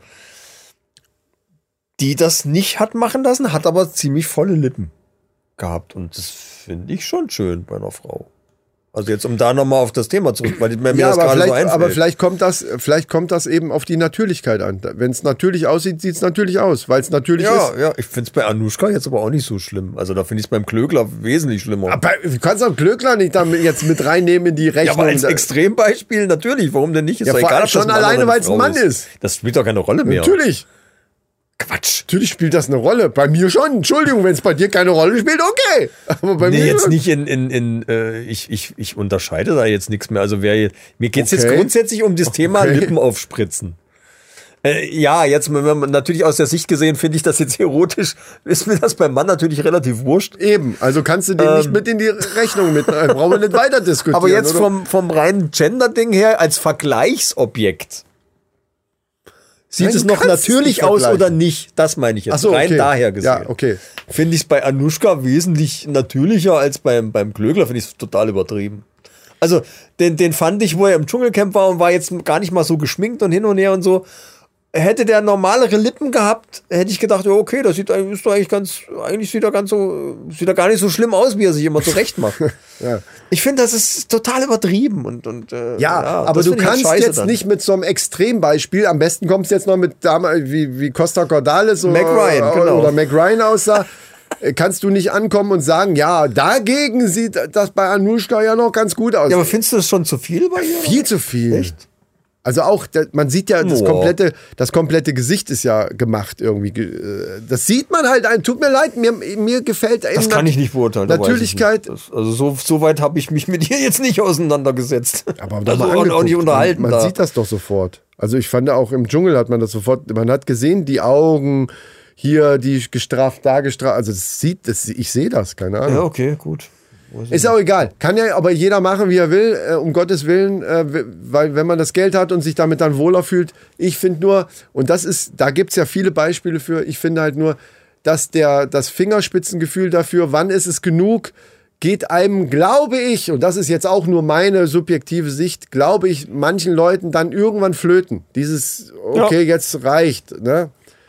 [SPEAKER 3] die das nicht hat machen lassen, hat aber ziemlich volle Lippen gehabt. Und das finde ich schon schön bei einer Frau. Also jetzt, um da nochmal auf das Thema zurück, weil mir
[SPEAKER 2] Ja,
[SPEAKER 3] das
[SPEAKER 2] aber
[SPEAKER 3] gerade so
[SPEAKER 2] vielleicht,
[SPEAKER 3] einfällt.
[SPEAKER 2] aber vielleicht kommt das, vielleicht kommt das eben auf die Natürlichkeit an. Wenn es natürlich aussieht, sieht es natürlich aus, weil es natürlich
[SPEAKER 3] ja,
[SPEAKER 2] ist.
[SPEAKER 3] ja, ich finde es bei Anushka jetzt aber auch nicht so schlimm. Also da finde ich es beim Klögler wesentlich schlimmer.
[SPEAKER 2] Aber du kannst auch Glöckler nicht damit jetzt mit reinnehmen in die
[SPEAKER 3] ja,
[SPEAKER 2] Rechnung.
[SPEAKER 3] aber als Extrembeispiel natürlich, warum denn nicht? Ist
[SPEAKER 2] Ja,
[SPEAKER 3] doch
[SPEAKER 2] vor
[SPEAKER 3] egal,
[SPEAKER 2] allem
[SPEAKER 3] ob das
[SPEAKER 2] schon
[SPEAKER 3] ein Mann
[SPEAKER 2] alleine,
[SPEAKER 3] oder eine
[SPEAKER 2] weil es ein
[SPEAKER 3] Frau
[SPEAKER 2] Mann
[SPEAKER 3] ist.
[SPEAKER 2] ist.
[SPEAKER 3] Das spielt doch keine Rolle mehr.
[SPEAKER 2] Natürlich.
[SPEAKER 3] Quatsch.
[SPEAKER 2] Natürlich spielt das eine Rolle. Bei mir schon. Entschuldigung, wenn es bei dir keine Rolle spielt, okay. Aber bei
[SPEAKER 3] Nee,
[SPEAKER 2] mir
[SPEAKER 3] jetzt nicht in, in, in äh, ich, ich, ich unterscheide da jetzt nichts mehr. Also wer jetzt, mir geht's
[SPEAKER 2] Okay.
[SPEAKER 3] jetzt grundsätzlich um das Thema
[SPEAKER 2] Okay.
[SPEAKER 3] Lippen aufspritzen. Äh, ja, jetzt wenn man natürlich aus der Sicht gesehen, finde ich das jetzt erotisch, ist mir das beim Mann natürlich relativ wurscht.
[SPEAKER 2] Eben. Also kannst du den nicht mit in die Rechnung mit. äh, Brauchen wir nicht weiter diskutieren.
[SPEAKER 3] Aber jetzt
[SPEAKER 2] oder?
[SPEAKER 3] vom, vom reinen Gender-Ding her als Vergleichsobjekt. Sieht
[SPEAKER 2] Nein,
[SPEAKER 3] es
[SPEAKER 2] du
[SPEAKER 3] noch
[SPEAKER 2] kannst es
[SPEAKER 3] natürlich
[SPEAKER 2] nicht
[SPEAKER 3] aus
[SPEAKER 2] vergleichen.
[SPEAKER 3] oder nicht? Das meine ich jetzt.
[SPEAKER 2] Ach so,
[SPEAKER 3] rein
[SPEAKER 2] okay.
[SPEAKER 3] daher gesehen.
[SPEAKER 2] Ja, okay.
[SPEAKER 3] Finde ich es bei Anushka wesentlich natürlicher als beim, beim Klögler. Finde ich es total übertrieben. Also, den, den fand ich, wo er im Dschungelcamp war und war jetzt gar nicht mal so geschminkt und hin und her und so. Hätte der normalere Lippen gehabt, hätte ich gedacht, ja, okay, das sieht eigentlich, ist doch eigentlich ganz, eigentlich sieht er ganz so, sieht er gar nicht so schlimm aus, wie er sich immer zurecht macht.
[SPEAKER 2] Ja.
[SPEAKER 3] Ich finde, das ist total übertrieben und, und äh,
[SPEAKER 2] Ja, aber
[SPEAKER 3] das
[SPEAKER 2] du
[SPEAKER 3] find ich halt
[SPEAKER 2] kannst
[SPEAKER 3] scheiße
[SPEAKER 2] jetzt
[SPEAKER 3] dann.
[SPEAKER 2] nicht mit so einem Extrembeispiel, am besten kommst du jetzt noch mit damals, wie, wie Costa Cordalis oder,
[SPEAKER 3] Mac Ryan, genau.
[SPEAKER 2] oder Mac Ryan aussah, äh, kannst du nicht ankommen und sagen, ja, dagegen sieht das bei Anushka ja noch ganz gut aus.
[SPEAKER 3] Ja, aber findest du das schon zu viel bei ihr?
[SPEAKER 2] Viel zu viel.
[SPEAKER 3] Echt?
[SPEAKER 2] Also auch, da- man sieht ja, das
[SPEAKER 3] Boah.
[SPEAKER 2] komplette, das komplette Gesicht ist ja gemacht irgendwie. ge- äh, Das sieht man halt ein. Tut mir leid, mir, mir gefällt eben
[SPEAKER 3] Das kann ich nicht beurteilen. da weiß ich
[SPEAKER 2] Natürlichkeit.
[SPEAKER 3] nicht. Das, also so, so weit habe ich mich mit ihr jetzt nicht auseinandergesetzt.
[SPEAKER 2] Aber doch
[SPEAKER 3] also
[SPEAKER 2] mal
[SPEAKER 3] und auch
[SPEAKER 2] angeguckt.
[SPEAKER 3] nicht unterhalten.
[SPEAKER 2] Man, man
[SPEAKER 3] da.
[SPEAKER 2] sieht das doch sofort. Also ich fand auch im Dschungel hat man das sofort, man hat gesehen, die Augen hier, die gestrafft, da gestrafft. Also das sieht, das, ich sehe das, keine Ahnung.
[SPEAKER 3] Ja, okay, gut. Weiß ich
[SPEAKER 2] Ist auch egal. Kann ja aber jeder machen, wie er will, äh, um Gottes Willen, äh, w- weil wenn man das Geld hat und sich damit dann wohler fühlt, ich finde nur, und das ist, da gibt es ja viele Beispiele für, ich finde halt nur, dass der, das Fingerspitzengefühl dafür, wann ist es genug, geht einem, glaube ich, und das ist jetzt auch nur meine subjektive Sicht, glaube ich, manchen Leuten dann irgendwann flöten. Dieses, okay, jetzt reicht, ne?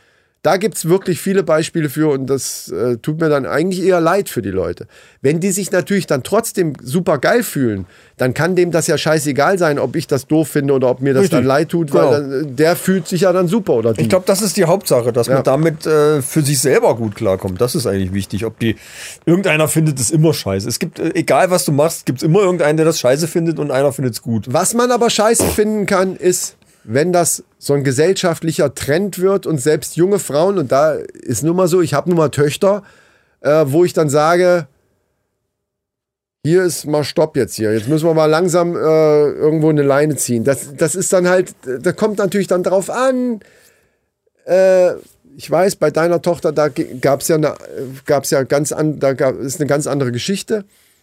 [SPEAKER 2] Da gibt es wirklich viele Beispiele für und das äh, tut mir dann eigentlich eher leid für die Leute. Wenn die sich natürlich dann trotzdem super geil fühlen, dann kann dem das ja scheißegal sein, ob ich das doof finde oder ob mir das
[SPEAKER 3] Richtig.
[SPEAKER 2] dann leid tut,
[SPEAKER 3] Genau.
[SPEAKER 2] weil dann, äh, der fühlt sich ja dann super oder die.
[SPEAKER 3] Ich glaube, das ist die Hauptsache, dass
[SPEAKER 2] Ja.
[SPEAKER 3] man damit äh, für sich selber gut klarkommt. Das ist eigentlich wichtig. Ob die irgendeiner findet es immer scheiße. Es gibt, äh, egal was du machst, gibt es immer irgendeinen, der das scheiße findet und einer findet es gut.
[SPEAKER 2] Was man aber scheiße finden kann, ist, wenn das so ein gesellschaftlicher Trend wird und selbst junge Frauen, und da ist nun mal so, ich habe nun mal Töchter, äh, wo ich dann sage, hier ist mal Stopp jetzt hier, jetzt müssen wir mal langsam äh, irgendwo eine Leine ziehen. Das, das ist dann halt, da kommt natürlich dann drauf an, äh, ich weiß, bei deiner Tochter, da gab es ja, eine, gab's ja ganz an, da gab, ist eine ganz andere Geschichte.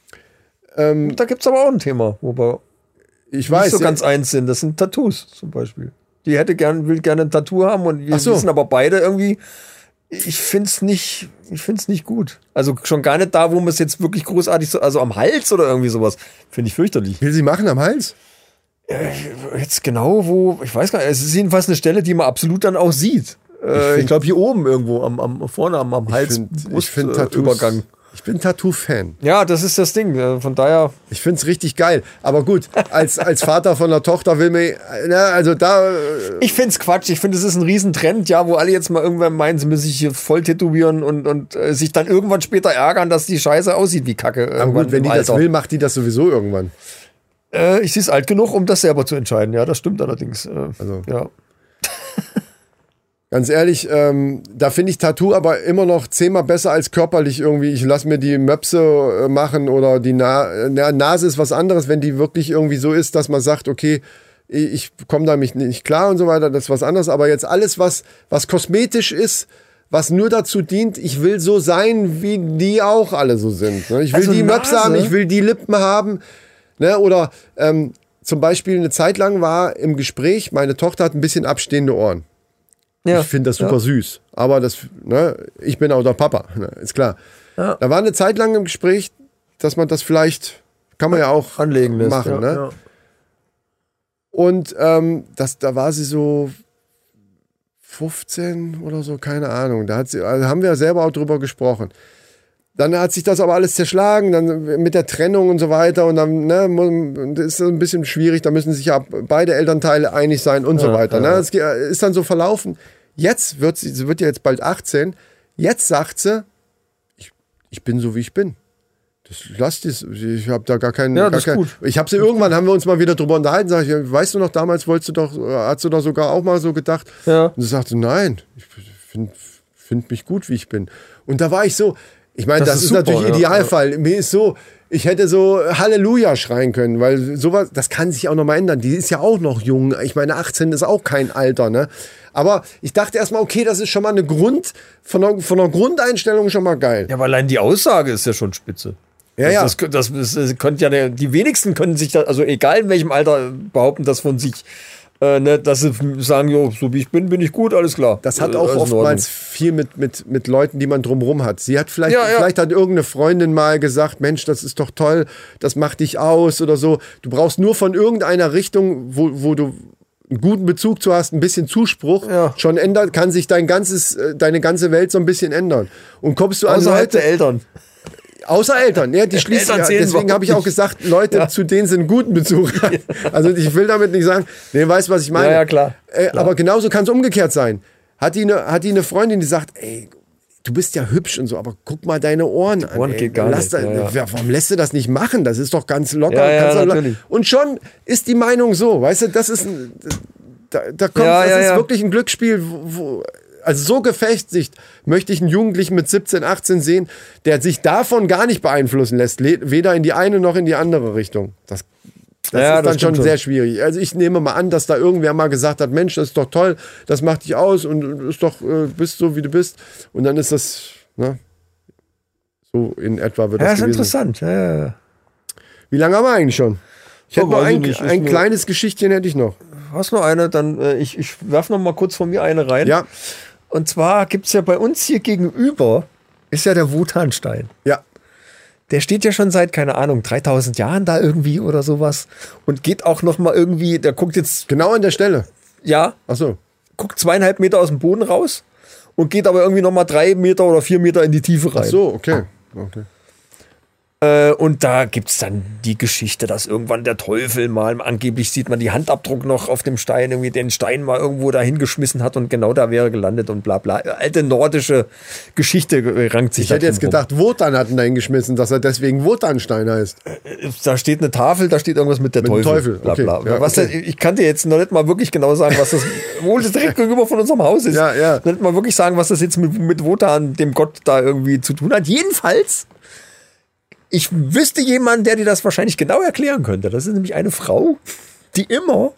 [SPEAKER 3] Da gibt es aber auch ein Thema, wo wir
[SPEAKER 2] Ich weiß,
[SPEAKER 3] nicht so
[SPEAKER 2] ja,
[SPEAKER 3] ganz eins sind. Das sind Tattoos zum Beispiel. Die hätte gern, will gerne ein Tattoo haben und wir
[SPEAKER 2] Ach so.
[SPEAKER 3] wissen aber beide irgendwie, ich finde es nicht, ich find's nicht gut. Also schon gar nicht da, wo man es jetzt wirklich großartig so, also am Hals oder irgendwie sowas, finde ich fürchterlich.
[SPEAKER 2] will sie machen am Hals?
[SPEAKER 3] Jetzt genau wo, ich weiß gar nicht, es ist jedenfalls eine Stelle, die man absolut dann auch sieht. Äh, ich glaube hier oben irgendwo, am, am vorne am, am Hals,
[SPEAKER 2] Ich finde
[SPEAKER 3] Brust, äh,
[SPEAKER 2] Tattoos.
[SPEAKER 3] Übergang.
[SPEAKER 2] Ich bin Tattoo-Fan.
[SPEAKER 3] Ja, das ist das Ding. äh, Von daher,
[SPEAKER 2] Ich finde es richtig geil. Aber gut, als, als Vater von einer Tochter will mir, na, also da, äh,
[SPEAKER 3] ich finde es Quatsch. Ich finde, es ist ein Riesentrend, ja, wo alle jetzt mal irgendwann meinen, sie müssen sich hier voll tätowieren und, und äh, sich dann irgendwann später ärgern, dass die Scheiße aussieht wie Kacke.
[SPEAKER 2] aber
[SPEAKER 3] irgendwann
[SPEAKER 2] gut, wenn
[SPEAKER 3] im
[SPEAKER 2] die das
[SPEAKER 3] Alter.
[SPEAKER 2] will, macht die das sowieso irgendwann.
[SPEAKER 3] Äh, ich sehe es alt genug, um das selber zu entscheiden. Ja, das stimmt allerdings. Äh,
[SPEAKER 2] Also.
[SPEAKER 3] ja.
[SPEAKER 2] Ganz ehrlich, ähm, da finde ich Tattoo aber immer noch zehnmal besser als körperlich irgendwie. Ich lasse mir die Möpse äh, machen oder die Na Na Nase ist was anderes, wenn die wirklich irgendwie so ist, dass man sagt, okay, ich, ich komme da mich nicht klar und so weiter, das ist was anderes. Aber jetzt alles, was, was kosmetisch ist, was nur dazu dient, ich will so sein, wie die auch alle so sind. Ne? Ich will
[SPEAKER 3] Also
[SPEAKER 2] die Möpse
[SPEAKER 3] Nase?
[SPEAKER 2] haben, ich will die Lippen haben. Ne? Oder ähm, zum Beispiel eine Zeit lang war im Gespräch, meine Tochter hat ein bisschen abstehende Ohren.
[SPEAKER 3] Ja.
[SPEAKER 2] Ich finde das super
[SPEAKER 3] Ja.
[SPEAKER 2] süß. Aber das, ne, ich bin auch der Papa, ne, ist klar.
[SPEAKER 3] Ja.
[SPEAKER 2] Da war eine Zeit lang im Gespräch, dass man das vielleicht, kann man ja auch
[SPEAKER 3] Anlegen lässt.
[SPEAKER 2] machen.
[SPEAKER 3] ja,
[SPEAKER 2] ne?
[SPEAKER 3] ja.
[SPEAKER 2] Und ähm, das, da war sie so fünfzehn oder so, keine Ahnung. Da hat sie, also haben wir ja selber auch drüber gesprochen. Dann hat sich das aber alles zerschlagen, dann mit der Trennung und so weiter. Und dann ne, das ist ein bisschen schwierig, da müssen sich ja beide Elternteile einig sein und so
[SPEAKER 3] Ja,
[SPEAKER 2] weiter.
[SPEAKER 3] ja.
[SPEAKER 2] Ne? Das ist dann so verlaufen. Jetzt wird sie, sie wird ja jetzt bald achtzehn. Jetzt sagt sie, ich, ich bin so, wie ich bin. Das lasst es, ich habe da gar keinen.
[SPEAKER 3] Ja,
[SPEAKER 2] gar
[SPEAKER 3] das ist
[SPEAKER 2] kein,
[SPEAKER 3] gut.
[SPEAKER 2] Ich habe sie irgendwann, haben wir uns mal wieder drüber unterhalten, sag ich, weißt du noch, damals wolltest du doch, hast du doch sogar auch mal so gedacht.
[SPEAKER 3] Ja.
[SPEAKER 2] Und sie sagte, nein, ich finde find mich gut, wie ich bin. Und da war ich so, ich meine, das,
[SPEAKER 3] Das
[SPEAKER 2] ist,
[SPEAKER 3] ist super,
[SPEAKER 2] natürlich
[SPEAKER 3] ja.
[SPEAKER 2] Idealfall. Mir ist so, ich hätte so Halleluja schreien können, weil sowas, das kann sich auch noch mal ändern. Die ist ja auch noch jung. Ich meine, achtzehn ist auch kein Alter, ne? Aber ich dachte erstmal, okay, das ist schon mal eine Grund, von der, von der Grundeinstellung schon mal geil.
[SPEAKER 3] Ja, aber allein die Aussage ist ja schon spitze.
[SPEAKER 2] Ja, ja.
[SPEAKER 3] Das, das, das, das könnte ja der, die wenigsten können sich da, also egal in welchem Alter, behaupten das von sich. Äh, ne, dass sie sagen, jo, so wie ich bin, bin ich gut, alles klar.
[SPEAKER 2] Das hat
[SPEAKER 3] Äh,
[SPEAKER 2] auch
[SPEAKER 3] alles in
[SPEAKER 2] oftmals
[SPEAKER 3] Ordnung.
[SPEAKER 2] viel mit, mit, mit Leuten, die man drumherum hat. Sie hat vielleicht,
[SPEAKER 3] Ja, ja.
[SPEAKER 2] vielleicht hat irgendeine Freundin mal gesagt, Mensch, das ist doch toll, das macht dich aus oder so. Du brauchst nur von irgendeiner Richtung, wo, wo du einen guten Bezug zu hast, ein bisschen Zuspruch,
[SPEAKER 3] Ja.
[SPEAKER 2] schon ändert, kann sich dein ganzes, äh, deine ganze Welt so ein bisschen ändern. Und kommst du an
[SPEAKER 3] Außerhalb
[SPEAKER 2] Leute,
[SPEAKER 3] der Eltern.
[SPEAKER 2] außer Eltern, ja, die schließen,
[SPEAKER 3] Eltern
[SPEAKER 2] ja,
[SPEAKER 3] zählen
[SPEAKER 2] deswegen
[SPEAKER 3] überhaupt
[SPEAKER 2] habe ich auch
[SPEAKER 3] nicht.
[SPEAKER 2] gesagt, Leute,
[SPEAKER 3] Ja.
[SPEAKER 2] zu denen sie einen guten Bezug haben. Also ich will damit nicht sagen, nee, weißt was ich meine.
[SPEAKER 3] Ja, ja, klar.
[SPEAKER 2] Äh,
[SPEAKER 3] Klar.
[SPEAKER 2] Aber genauso kann es umgekehrt sein. Hat die eine, hat die eine Freundin, die sagt, ey, du bist ja hübsch und so, aber guck mal deine Ohren an.
[SPEAKER 3] Ohren
[SPEAKER 2] ey.
[SPEAKER 3] geht gar
[SPEAKER 2] Lass
[SPEAKER 3] nicht,
[SPEAKER 2] da,
[SPEAKER 3] ja, ja.
[SPEAKER 2] Warum lässt du das nicht machen? Das ist doch ganz locker.
[SPEAKER 3] Ja, ja,
[SPEAKER 2] kannst du-
[SPEAKER 3] natürlich.
[SPEAKER 2] Und schon ist die Meinung so, weißt du, das ist ein, da, da kommt,
[SPEAKER 3] Ja,
[SPEAKER 2] das
[SPEAKER 3] ja,
[SPEAKER 2] ist
[SPEAKER 3] ja.
[SPEAKER 2] wirklich ein Glücksspiel, wo, wo also so gefestigt möchte ich einen Jugendlichen mit siebzehn, achtzehn sehen, der sich davon gar nicht beeinflussen lässt, le- weder in die eine noch in die andere Richtung. Das, das
[SPEAKER 3] Ja,
[SPEAKER 2] ist
[SPEAKER 3] das
[SPEAKER 2] dann schon
[SPEAKER 3] stimmt schon.
[SPEAKER 2] sehr schwierig. Also ich nehme mal an, dass da irgendwer mal gesagt hat, Mensch, das ist doch toll, das macht dich aus und du ist doch, äh, bist so, wie du bist. Und dann ist das, ne, so in etwa wird
[SPEAKER 3] Ja,
[SPEAKER 2] das
[SPEAKER 3] ist
[SPEAKER 2] gewesen.
[SPEAKER 3] interessant. Ja, ja, ja.
[SPEAKER 2] Wie lange haben wir eigentlich schon? Ich hätte
[SPEAKER 3] Oh,
[SPEAKER 2] noch
[SPEAKER 3] weiß ich
[SPEAKER 2] ein,
[SPEAKER 3] nicht. Ist
[SPEAKER 2] ein
[SPEAKER 3] nur-
[SPEAKER 2] kleines Geschichtchen hätte ich noch.
[SPEAKER 3] Hast du noch eine? Dann äh, ich, ich werfe noch mal kurz von mir eine rein.
[SPEAKER 2] Ja,
[SPEAKER 3] Und zwar gibt es ja bei uns hier gegenüber, ist ja der Wotanstein.
[SPEAKER 2] ja.
[SPEAKER 3] Der steht ja schon seit, keine Ahnung, dreitausend Jahren da irgendwie oder sowas. Und geht auch noch mal irgendwie, der guckt jetzt,
[SPEAKER 2] Genau an der Stelle.
[SPEAKER 3] ja,
[SPEAKER 2] Ach so.
[SPEAKER 3] guckt zweieinhalb Meter aus dem Boden raus und geht aber irgendwie noch mal drei Meter oder vier Meter in die Tiefe rein.
[SPEAKER 2] Ach so, okay. okay.
[SPEAKER 3] Äh, und da gibt es dann die Geschichte, dass irgendwann der Teufel mal, angeblich sieht man die Handabdruck noch auf dem Stein, irgendwie den Stein mal irgendwo da hingeschmissen hat und genau da wäre gelandet und bla bla. Alte nordische Geschichte äh, rankt sich
[SPEAKER 2] Ich hätte
[SPEAKER 3] da
[SPEAKER 2] jetzt
[SPEAKER 3] drum rum.
[SPEAKER 2] gedacht, Wotan hat ihn da hingeschmissen, dass er deswegen Wotanstein heißt.
[SPEAKER 3] Da steht eine Tafel, da steht irgendwas mit der
[SPEAKER 2] Mit dem
[SPEAKER 3] Teufel.
[SPEAKER 2] Teufel,
[SPEAKER 3] Bla,
[SPEAKER 2] okay.
[SPEAKER 3] bla.
[SPEAKER 2] Ja,
[SPEAKER 3] was
[SPEAKER 2] okay.
[SPEAKER 3] der, ich kann dir jetzt noch nicht mal wirklich genau sagen, was das, obwohl das direkt gegenüber von unserem Haus ist.
[SPEAKER 2] Ja, ja.
[SPEAKER 3] Noch nicht mal wirklich sagen, was das jetzt mit, mit Wotan, dem Gott, da irgendwie zu tun hat. Jedenfalls, ich wüsste jemanden, der dir das wahrscheinlich genau erklären könnte. Das ist nämlich eine Frau, die immer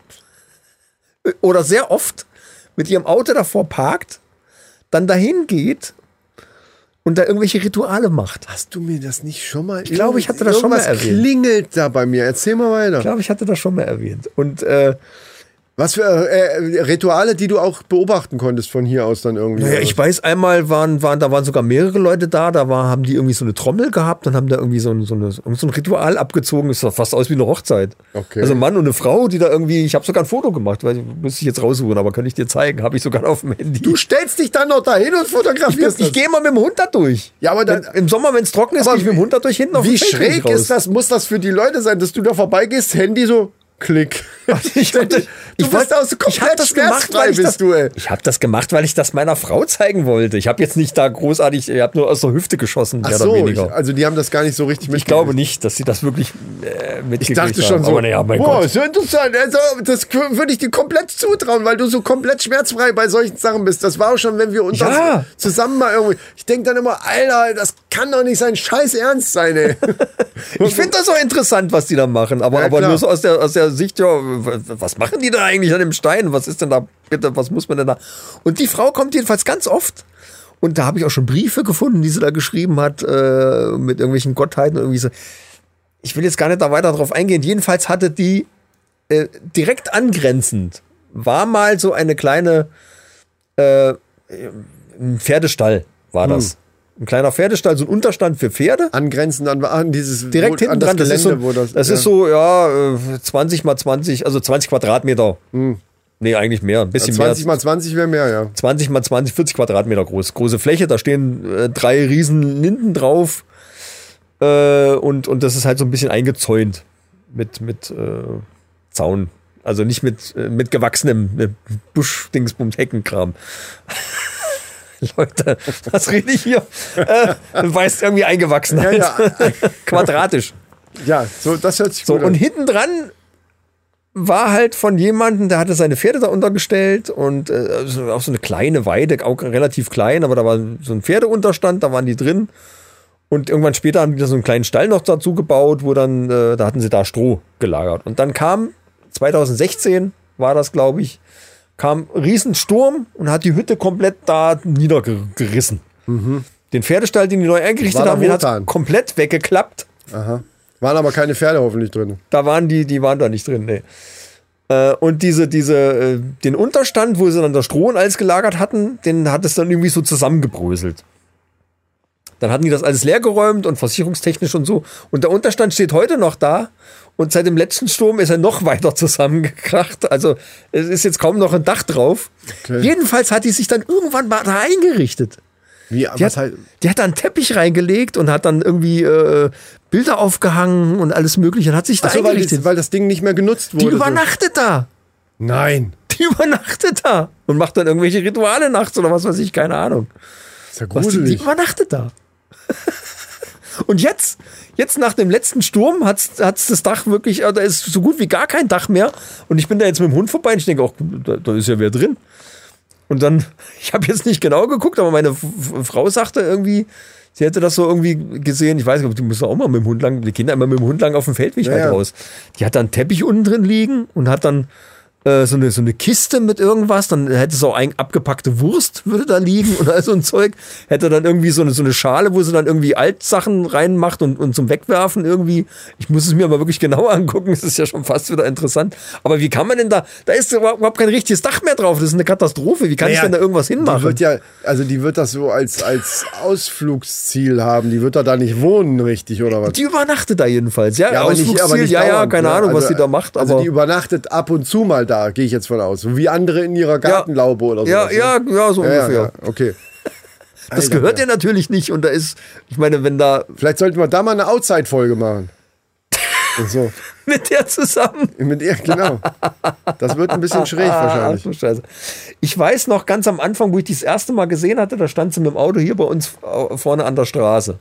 [SPEAKER 3] äh, oder sehr oft mit ihrem Auto davor parkt, dann dahin geht und da irgendwelche Rituale macht.
[SPEAKER 2] Hast du mir das nicht schon mal? Ich
[SPEAKER 3] glaube, ich hatte das schon mal erwähnt.
[SPEAKER 2] klingelt da bei mir. Erzähl mal weiter.
[SPEAKER 3] Ich glaube, ich hatte das schon mal erwähnt. Und äh,
[SPEAKER 2] Was für äh, Rituale, die du auch beobachten konntest von hier aus dann irgendwie?
[SPEAKER 3] naja, ich weiß, einmal waren, waren, da waren sogar mehrere Leute da, da war, haben die irgendwie so eine Trommel gehabt und haben da irgendwie so ein, so eine, so ein Ritual abgezogen. Das sah fast aus wie eine Hochzeit.
[SPEAKER 2] Okay.
[SPEAKER 3] Also ein Mann und eine Frau, die da irgendwie, ich habe sogar ein Foto gemacht, weil müsste ich jetzt raussuchen, aber kann ich dir zeigen, habe ich sogar auf dem Handy.
[SPEAKER 2] Du stellst dich dann noch dahin und
[SPEAKER 3] ich
[SPEAKER 2] fotografierst
[SPEAKER 3] ich
[SPEAKER 2] das.
[SPEAKER 3] gehe mal mit dem Hund da durch.
[SPEAKER 2] Ja, aber dann-
[SPEAKER 3] Wenn, im Sommer, wenn es trocken ist,
[SPEAKER 2] Aber
[SPEAKER 3] gehe ich mit dem Hund da durch hinten auf
[SPEAKER 2] Wie
[SPEAKER 3] dem Feld
[SPEAKER 2] schräg
[SPEAKER 3] raus.
[SPEAKER 2] ist das? Muss das für die Leute sein, dass du da vorbeigehst, Handy so, klick.
[SPEAKER 3] Ich hatte,
[SPEAKER 2] du
[SPEAKER 3] ich
[SPEAKER 2] bist
[SPEAKER 3] wollte-
[SPEAKER 2] aus
[SPEAKER 3] ich
[SPEAKER 2] komplett
[SPEAKER 3] hab das gemacht,
[SPEAKER 2] schmerzfrei
[SPEAKER 3] weil ich
[SPEAKER 2] bist
[SPEAKER 3] das,
[SPEAKER 2] du, ey.
[SPEAKER 3] Ich habe das gemacht, weil ich das meiner Frau zeigen wollte. Ich habe jetzt nicht da großartig, ich habe nur aus der Hüfte geschossen,
[SPEAKER 2] Ach
[SPEAKER 3] mehr
[SPEAKER 2] so,
[SPEAKER 3] oder
[SPEAKER 2] ich,
[SPEAKER 3] weniger.
[SPEAKER 2] also die haben das gar nicht so richtig
[SPEAKER 3] Ich
[SPEAKER 2] mitgekriegt.
[SPEAKER 3] glaube nicht, dass sie das wirklich äh,
[SPEAKER 2] Ich
[SPEAKER 3] mitgekriegt
[SPEAKER 2] dachte
[SPEAKER 3] haben.
[SPEAKER 2] schon so,
[SPEAKER 3] Aber naja, mein
[SPEAKER 2] boah,
[SPEAKER 3] Gott.
[SPEAKER 2] ist ja interessant. Also, das würde ich dir komplett zutrauen, weil du so komplett schmerzfrei bei solchen Sachen bist. Das war auch schon, wenn wir uns
[SPEAKER 3] Ja.
[SPEAKER 2] zusammen mal irgendwie. Ich denke dann immer, Alter, das kann doch nicht sein Scheiß Ernst sein, ey.
[SPEAKER 3] Ich finde das so interessant, was die da machen. Aber,
[SPEAKER 2] Ja,
[SPEAKER 3] aber
[SPEAKER 2] klar.
[SPEAKER 3] nur so aus der, aus der Sicht, ja, was machen die da eigentlich an dem Stein? Was ist denn da, bitte, was muss man denn da? Und die Frau kommt jedenfalls ganz oft. Und da habe ich auch schon Briefe gefunden, die sie da geschrieben hat, äh, mit irgendwelchen Gottheiten und irgendwie so. Ich will jetzt gar nicht da weiter drauf eingehen. Jedenfalls hatte die äh, direkt angrenzend, war mal so eine kleine, äh, ein Pferdestall war das. Ein kleiner Pferdestall, so ein Unterstand für Pferde.
[SPEAKER 2] Angrenzend an, an dieses
[SPEAKER 3] Direkt
[SPEAKER 2] wo,
[SPEAKER 3] hinten
[SPEAKER 2] an das
[SPEAKER 3] dran, das,
[SPEAKER 2] Gelände,
[SPEAKER 3] ist so,
[SPEAKER 2] wo das.
[SPEAKER 3] das
[SPEAKER 2] ja.
[SPEAKER 3] ist so, ja, äh, zwanzig mal zwanzig, also zwanzig Quadratmeter.
[SPEAKER 2] Hm.
[SPEAKER 3] Nee, eigentlich mehr. Ein bisschen
[SPEAKER 2] zwanzig
[SPEAKER 3] mehr.
[SPEAKER 2] mal zwanzig wäre mehr, ja.
[SPEAKER 3] zwanzig mal zwanzig, vierzig Quadratmeter groß. Große Fläche, da stehen äh, drei riesen Linden drauf. Äh, und, und das ist halt so ein bisschen eingezäunt mit, mit äh, Zaun. Also nicht mit, äh, mit gewachsenem mit Busch-Dingsbums, Heckenkram. Leute, was rede ich hier? Äh, weißt irgendwie eingewachsen halt.
[SPEAKER 2] Ja, ja.
[SPEAKER 3] Quadratisch.
[SPEAKER 2] Ja, so, das hört sich
[SPEAKER 3] So,
[SPEAKER 2] gut
[SPEAKER 3] und
[SPEAKER 2] an.
[SPEAKER 3] hinten dran war halt von jemandem, der hatte seine Pferde da untergestellt und äh, also auch so eine kleine Weide, auch relativ klein, aber da war so ein Pferdeunterstand, da waren die drin. Und irgendwann später haben die da so einen kleinen Stall noch dazu gebaut, wo dann, äh, da hatten sie da Stroh gelagert. Und dann kam, zwanzig sechzehn war das, glaube ich, kam ein Riesensturm und hat die Hütte komplett da niedergerissen. Mhm. Den Pferdestall, den die neu eingerichtet
[SPEAKER 2] War da
[SPEAKER 3] haben, den hat
[SPEAKER 2] Wotan?
[SPEAKER 3] komplett weggeklappt.
[SPEAKER 2] Aha. Waren aber keine Pferde hoffentlich drin.
[SPEAKER 3] Da waren die, die waren da nicht drin, nee. Äh, und diese, diese, äh, den Unterstand, wo sie dann das Stroh und alles gelagert hatten, den hat es dann irgendwie so zusammengebröselt. Dann hatten die das alles leergeräumt und versicherungstechnisch und so. Und der Unterstand steht heute noch da. Und seit dem letzten Sturm ist er noch weiter zusammengekracht. Also es ist jetzt kaum noch ein Dach drauf.
[SPEAKER 2] Okay.
[SPEAKER 3] Jedenfalls hat die sich dann irgendwann mal da eingerichtet.
[SPEAKER 2] Wie,
[SPEAKER 3] Die
[SPEAKER 2] was
[SPEAKER 3] hat,
[SPEAKER 2] halt,
[SPEAKER 3] die hat da einen Teppich reingelegt und hat dann irgendwie äh, Bilder aufgehangen und alles mögliche. Und hat sich da
[SPEAKER 2] Achso, weil,
[SPEAKER 3] eingerichtet.
[SPEAKER 2] das, weil das Ding nicht mehr genutzt
[SPEAKER 3] Die
[SPEAKER 2] wurde.
[SPEAKER 3] übernachtet da.
[SPEAKER 2] Nein.
[SPEAKER 3] Die übernachtet da. Und macht dann irgendwelche Rituale nachts oder was weiß ich, keine Ahnung.
[SPEAKER 2] Ist ja
[SPEAKER 3] Was, die, die
[SPEAKER 2] gruselig.
[SPEAKER 3] übernachtet da. Und jetzt, jetzt nach dem letzten Sturm hat's, hat's das Dach wirklich, da ist so gut wie gar kein Dach mehr. Und ich bin da jetzt mit dem Hund vorbei und ich denke auch, da, da ist ja wer drin. Und dann, ich habe jetzt nicht genau geguckt, aber meine F F Frau sagte irgendwie, sie hätte das so irgendwie gesehen. Ich weiß nicht, die müssen auch mal mit dem Hund lang, die Kinder immer mit dem Hund lang auf dem Feldweg
[SPEAKER 2] Ja,
[SPEAKER 3] halt
[SPEAKER 2] ja.
[SPEAKER 3] raus. Die hat dann einen Teppich unten drin liegen und hat dann äh, so, eine, so eine Kiste mit irgendwas. Dann hätte es auch ein, abgepackte Wurst, würde da liegen und all so ein Zeug. Hätte dann irgendwie so eine, so eine Schale, wo sie dann irgendwie Altsachen reinmacht und, und zum Wegwerfen irgendwie. Ich muss es mir mal wirklich genauer angucken. Das ist ja schon fast wieder interessant. Aber wie kann man denn da, da ist überhaupt kein richtiges Dach mehr drauf. Das ist eine Katastrophe. Wie kann
[SPEAKER 2] Naja,
[SPEAKER 3] ich denn da irgendwas
[SPEAKER 2] Die
[SPEAKER 3] hinmachen?
[SPEAKER 2] wird ja, also die wird das so als, als Ausflugsziel haben. Die wird da da nicht wohnen, richtig, oder was?
[SPEAKER 3] Die übernachtet da jedenfalls. Ja,
[SPEAKER 2] Ja, aber nicht, aber
[SPEAKER 3] Ausflugsziel,
[SPEAKER 2] nicht
[SPEAKER 3] ja, ja,
[SPEAKER 2] dauernd,
[SPEAKER 3] keine
[SPEAKER 2] ne?
[SPEAKER 3] Ahnung, was
[SPEAKER 2] Also-
[SPEAKER 3] die da macht. Aber
[SPEAKER 2] Also die übernachtet ab und zu mal da, gehe ich jetzt von aus. So wie andere in ihrer Gartenlaube oder so.
[SPEAKER 3] ja, ja, ja, so
[SPEAKER 2] ja, ja,
[SPEAKER 3] ungefähr.
[SPEAKER 2] ja, okay.
[SPEAKER 3] Das
[SPEAKER 2] Alter,
[SPEAKER 3] gehört
[SPEAKER 2] ja.
[SPEAKER 3] ihr natürlich nicht. Und da ist, ich meine, wenn da
[SPEAKER 2] Vielleicht sollten wir da mal eine Outside-Folge machen. Und so.
[SPEAKER 3] mit der zusammen.
[SPEAKER 2] Mit ihr, genau. Das wird ein bisschen schräg
[SPEAKER 3] Ach
[SPEAKER 2] wahrscheinlich.
[SPEAKER 3] du Scheiße. Ich weiß noch ganz am Anfang, wo ich die das erste Mal gesehen hatte, da stand sie mit dem Auto hier bei uns äh, vorne an der Straße.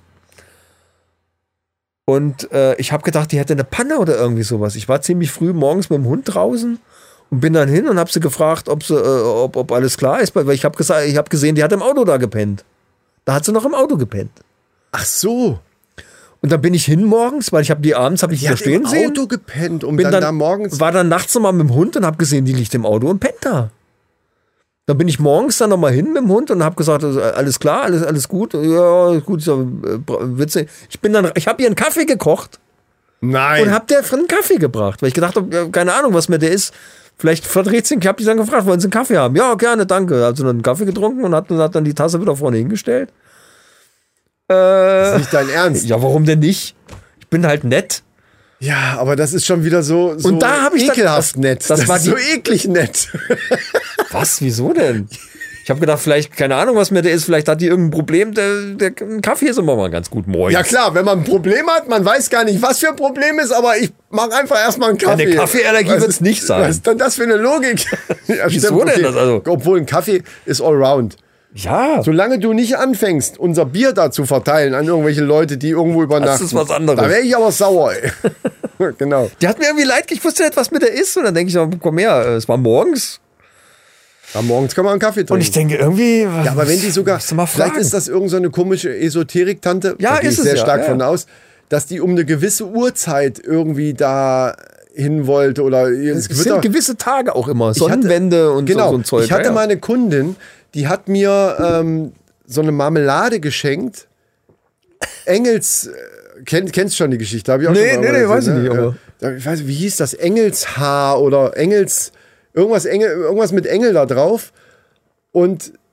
[SPEAKER 3] Und äh, ich habe gedacht, die hätte eine Panne oder irgendwie sowas. Ich war ziemlich früh morgens mit dem Hund draußen und bin dann hin und habe sie gefragt, ob, sie, äh, ob, ob alles klar ist, weil ich habe gesagt, ich habe gesehen, die hat im Auto da gepennt. Da hat sie noch im Auto gepennt.
[SPEAKER 2] Ach so.
[SPEAKER 3] Und dann bin ich hin morgens, weil ich habe die abends habe ich die
[SPEAKER 2] Die
[SPEAKER 3] da
[SPEAKER 2] hat
[SPEAKER 3] stehen
[SPEAKER 2] im
[SPEAKER 3] sehen.
[SPEAKER 2] Auto gepennt, um
[SPEAKER 3] Bin
[SPEAKER 2] dann,
[SPEAKER 3] dann,
[SPEAKER 2] da morgens...
[SPEAKER 3] war dann nachts nochmal mit dem Hund und habe gesehen, die liegt im Auto und pennt da. Dann bin ich morgens dann nochmal hin mit dem Hund und habe gesagt, also, alles klar, alles, alles gut. Ja, gut, ist ja, äh, Witze. Ich bin dann, ich habe ihr einen Kaffee gekocht
[SPEAKER 2] Nein.
[SPEAKER 3] und habe der einen Kaffee gebracht, weil ich gedacht habe, ja, keine Ahnung, was mir der ist. Vielleicht verdreht sie, ich habe die dann gefragt, wollen sie einen Kaffee haben? Ja, gerne, danke. Also dann einen Kaffee getrunken und hat, und hat dann die Tasse wieder vorne hingestellt.
[SPEAKER 2] Das
[SPEAKER 3] Äh,
[SPEAKER 2] ist nicht dein Ernst.
[SPEAKER 3] ja, warum denn nicht? Ich bin halt nett.
[SPEAKER 2] Ja, aber das ist schon wieder so, so
[SPEAKER 3] Und da hab ich dann-
[SPEAKER 2] ekelhaft
[SPEAKER 3] das-
[SPEAKER 2] nett.
[SPEAKER 3] das war
[SPEAKER 2] ist
[SPEAKER 3] die-
[SPEAKER 2] so eklig nett.
[SPEAKER 3] Was? Wieso denn? Ich habe gedacht, vielleicht, keine Ahnung, was mir der ist, vielleicht hat die irgendein Problem, der, der ein Kaffee ist immer mal ganz gut morgens.
[SPEAKER 2] Ja klar, wenn man ein Problem hat, man weiß gar nicht, was für ein Problem ist, aber ich mache einfach erstmal einen Kaffee.
[SPEAKER 3] eine Kaffeeallergie
[SPEAKER 2] Was
[SPEAKER 3] wird's
[SPEAKER 2] ist-
[SPEAKER 3] nicht sein.
[SPEAKER 2] Was ist denn das für eine Logik? Ja,
[SPEAKER 3] Wieso denn das also?
[SPEAKER 2] Obwohl ein Kaffee ist allround.
[SPEAKER 3] Ja,
[SPEAKER 2] Solange du nicht anfängst, unser Bier da zu verteilen an irgendwelche Leute, die irgendwo übernachten.
[SPEAKER 3] ist was anderes.
[SPEAKER 2] Da wäre ich aber sauer, ey. Genau.
[SPEAKER 3] die hat mir irgendwie leid, ich wusste nicht, was mit der ist. Und dann denke ich, ja, komm her, es war morgens.
[SPEAKER 2] Am morgens kann man einen Kaffee trinken.
[SPEAKER 3] Und ich denke irgendwie.
[SPEAKER 2] Ja, aber wenn die sogar,
[SPEAKER 3] mal
[SPEAKER 2] vielleicht
[SPEAKER 3] fragen.
[SPEAKER 2] ist das irgendeine so eine komische Esoterik-Tante,
[SPEAKER 3] Ja,
[SPEAKER 2] da gehe
[SPEAKER 3] ist
[SPEAKER 2] ich
[SPEAKER 3] es
[SPEAKER 2] sehr
[SPEAKER 3] ja,
[SPEAKER 2] stark
[SPEAKER 3] ja.
[SPEAKER 2] von aus, dass die um eine gewisse Uhrzeit irgendwie da hin wollte oder
[SPEAKER 3] Es
[SPEAKER 2] es
[SPEAKER 3] sind gewisse Tage auch immer.
[SPEAKER 2] hatte-
[SPEAKER 3] Sonnenwende und
[SPEAKER 2] genau,
[SPEAKER 3] so, so ein Zeug.
[SPEAKER 2] ich hatte
[SPEAKER 3] ja, ja.
[SPEAKER 2] mal eine Kundin, die hat mir ähm, so eine Marmelade geschenkt. Engels, äh, kenn, kennst schon die Geschichte? Hab ich auch
[SPEAKER 3] Nee,
[SPEAKER 2] schon mal
[SPEAKER 3] nee, nee,
[SPEAKER 2] erzählt,
[SPEAKER 3] weiß ich
[SPEAKER 2] ne?
[SPEAKER 3] nicht, aber-
[SPEAKER 2] Ja. Ich weiß, wie hieß das? Engelshaar oder Engels, irgendwas, Engel, irgendwas mit Engel da drauf. Und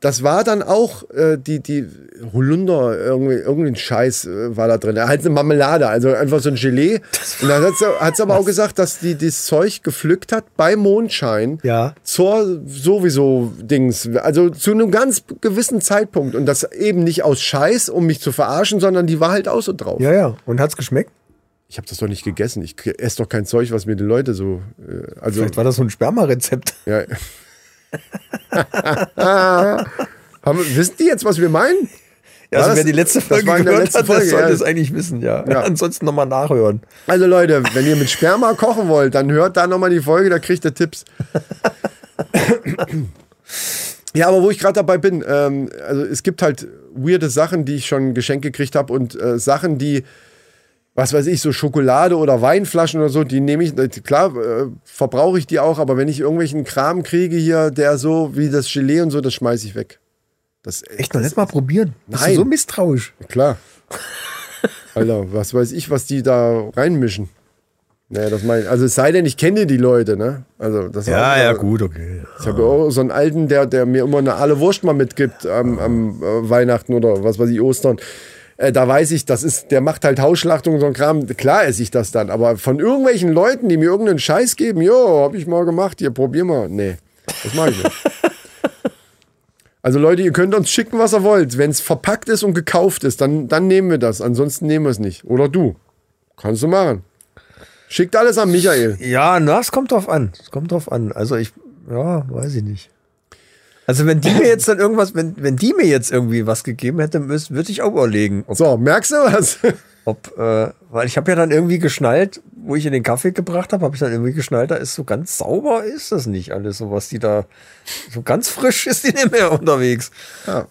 [SPEAKER 2] das war dann auch äh, die, die Holunder, irgendwie, irgendein Scheiß äh, war da drin. Halt eine Marmelade, also einfach so ein Gelee. Und dann hat sie, hat sie aber auch gesagt, dass die das Zeug gepflückt hat bei Mondschein
[SPEAKER 3] Ja.
[SPEAKER 2] zur sowieso Dings. Also zu einem ganz gewissen Zeitpunkt. Und das eben nicht aus Scheiß, um mich zu verarschen, sondern die war halt auch so drauf.
[SPEAKER 3] Ja, ja. Und hat's geschmeckt?
[SPEAKER 2] Ich habe das doch nicht gegessen. Ich esse doch kein Zeug, was mir die Leute so... Äh, also,
[SPEAKER 3] Vielleicht war das so ein Spermarezept.
[SPEAKER 2] ja. Haben, wissen die jetzt, was wir meinen?
[SPEAKER 3] Ja, also
[SPEAKER 2] das-
[SPEAKER 3] wer die letzte
[SPEAKER 2] das
[SPEAKER 3] Folge
[SPEAKER 2] war in der
[SPEAKER 3] gehört
[SPEAKER 2] letzten
[SPEAKER 3] hat, der
[SPEAKER 2] Folge,
[SPEAKER 3] sollte
[SPEAKER 2] ja.
[SPEAKER 3] es eigentlich wissen, ja.
[SPEAKER 2] Ja.
[SPEAKER 3] Ansonsten nochmal nachhören.
[SPEAKER 2] Also Leute, wenn ihr mit Sperma kochen wollt, dann hört da nochmal die Folge, da kriegt ihr Tipps. Ja, aber wo ich gerade dabei bin, ähm, also es gibt halt weirde Sachen, die ich schon geschenkt gekriegt habe und äh, Sachen, die, was weiß ich, so Schokolade oder Weinflaschen oder so, die nehme ich, klar, äh, verbrauche ich die auch, aber wenn ich irgendwelchen Kram kriege hier, der so wie das Gelee und so, das schmeiße ich weg. Das,
[SPEAKER 3] Echt noch nicht mal probieren. Bist
[SPEAKER 2] Nein.
[SPEAKER 3] du so misstrauisch?
[SPEAKER 2] Klar. Alter, was weiß ich, was die da reinmischen. Naja, das meine ich. Also es sei denn, ich kenne die Leute, ne? Also das auch,
[SPEAKER 3] gut, okay.
[SPEAKER 2] Ich habe auch so einen Alten, der, der mir immer eine alle Wurst mal mitgibt am, am äh, Weihnachten oder was weiß ich, Ostern. Äh, da weiß ich, das ist, der macht halt Hausschlachtung und so ein Kram. Klar esse ich das dann, aber von irgendwelchen Leuten, die mir irgendeinen Scheiß geben, jo, hab ich mal gemacht, hier, probier mal. Nee, das mache ich nicht. Also Leute, ihr könnt uns schicken, was ihr wollt. Wenn es verpackt ist und gekauft ist, dann, dann nehmen wir das. Ansonsten nehmen wir es nicht. Oder du. Kannst du machen. Schickt alles an Michael.
[SPEAKER 3] Ja, na, es kommt drauf an. Es kommt drauf an. Also ich, ja, weiß ich nicht. Also wenn die mir jetzt dann irgendwas, wenn, wenn die mir jetzt irgendwie was gegeben hätte, müsste, würde ich auch überlegen, ob,
[SPEAKER 2] So, merkst du was?
[SPEAKER 3] ob äh, weil ich habe ja dann irgendwie geschnallt, wo ich in den Kaffee gebracht habe, habe ich dann irgendwie geschnallt, da ist so ganz sauber ist das nicht alles, so was die da, so ganz frisch ist die nicht mehr unterwegs.
[SPEAKER 2] Ja.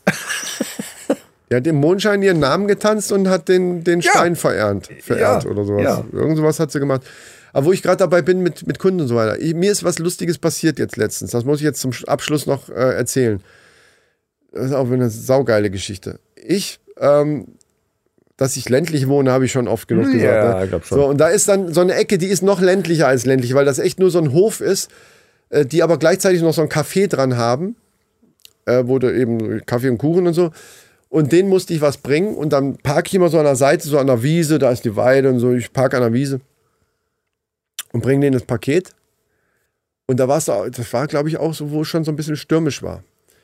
[SPEAKER 2] Der hat dem Mondschein ihren Namen getanzt und hat den, den
[SPEAKER 3] Ja.
[SPEAKER 2] Stein verehrt, verehrt
[SPEAKER 3] Ja.
[SPEAKER 2] oder sowas.
[SPEAKER 3] Ja.
[SPEAKER 2] Irgend sowas hat sie gemacht. Aber wo ich gerade dabei bin mit, mit Kunden und so weiter. Ich, mir ist was Lustiges passiert jetzt letztens. Das muss ich jetzt zum Abschluss noch äh, erzählen. Das ist auch eine saugeile Geschichte. Ich, ähm, dass ich ländlich wohne, habe ich schon oft genug gesagt.
[SPEAKER 3] Ja,
[SPEAKER 2] ne?
[SPEAKER 3] ich glaub schon.
[SPEAKER 2] So, und da ist dann so eine Ecke, die ist noch ländlicher als ländlich, weil das echt nur so ein Hof ist, äh, die aber gleichzeitig noch so ein Café dran haben, äh, wo du eben Kaffee und Kuchen und so. Und den musste ich was bringen und dann parke ich immer so an der Seite, so an der Wiese, da ist die Weide und so, ich parke an der Wiese und bringe denen das Paket. Und da war es, das war glaube ich auch so, wo es schon so ein bisschen stürmisch war.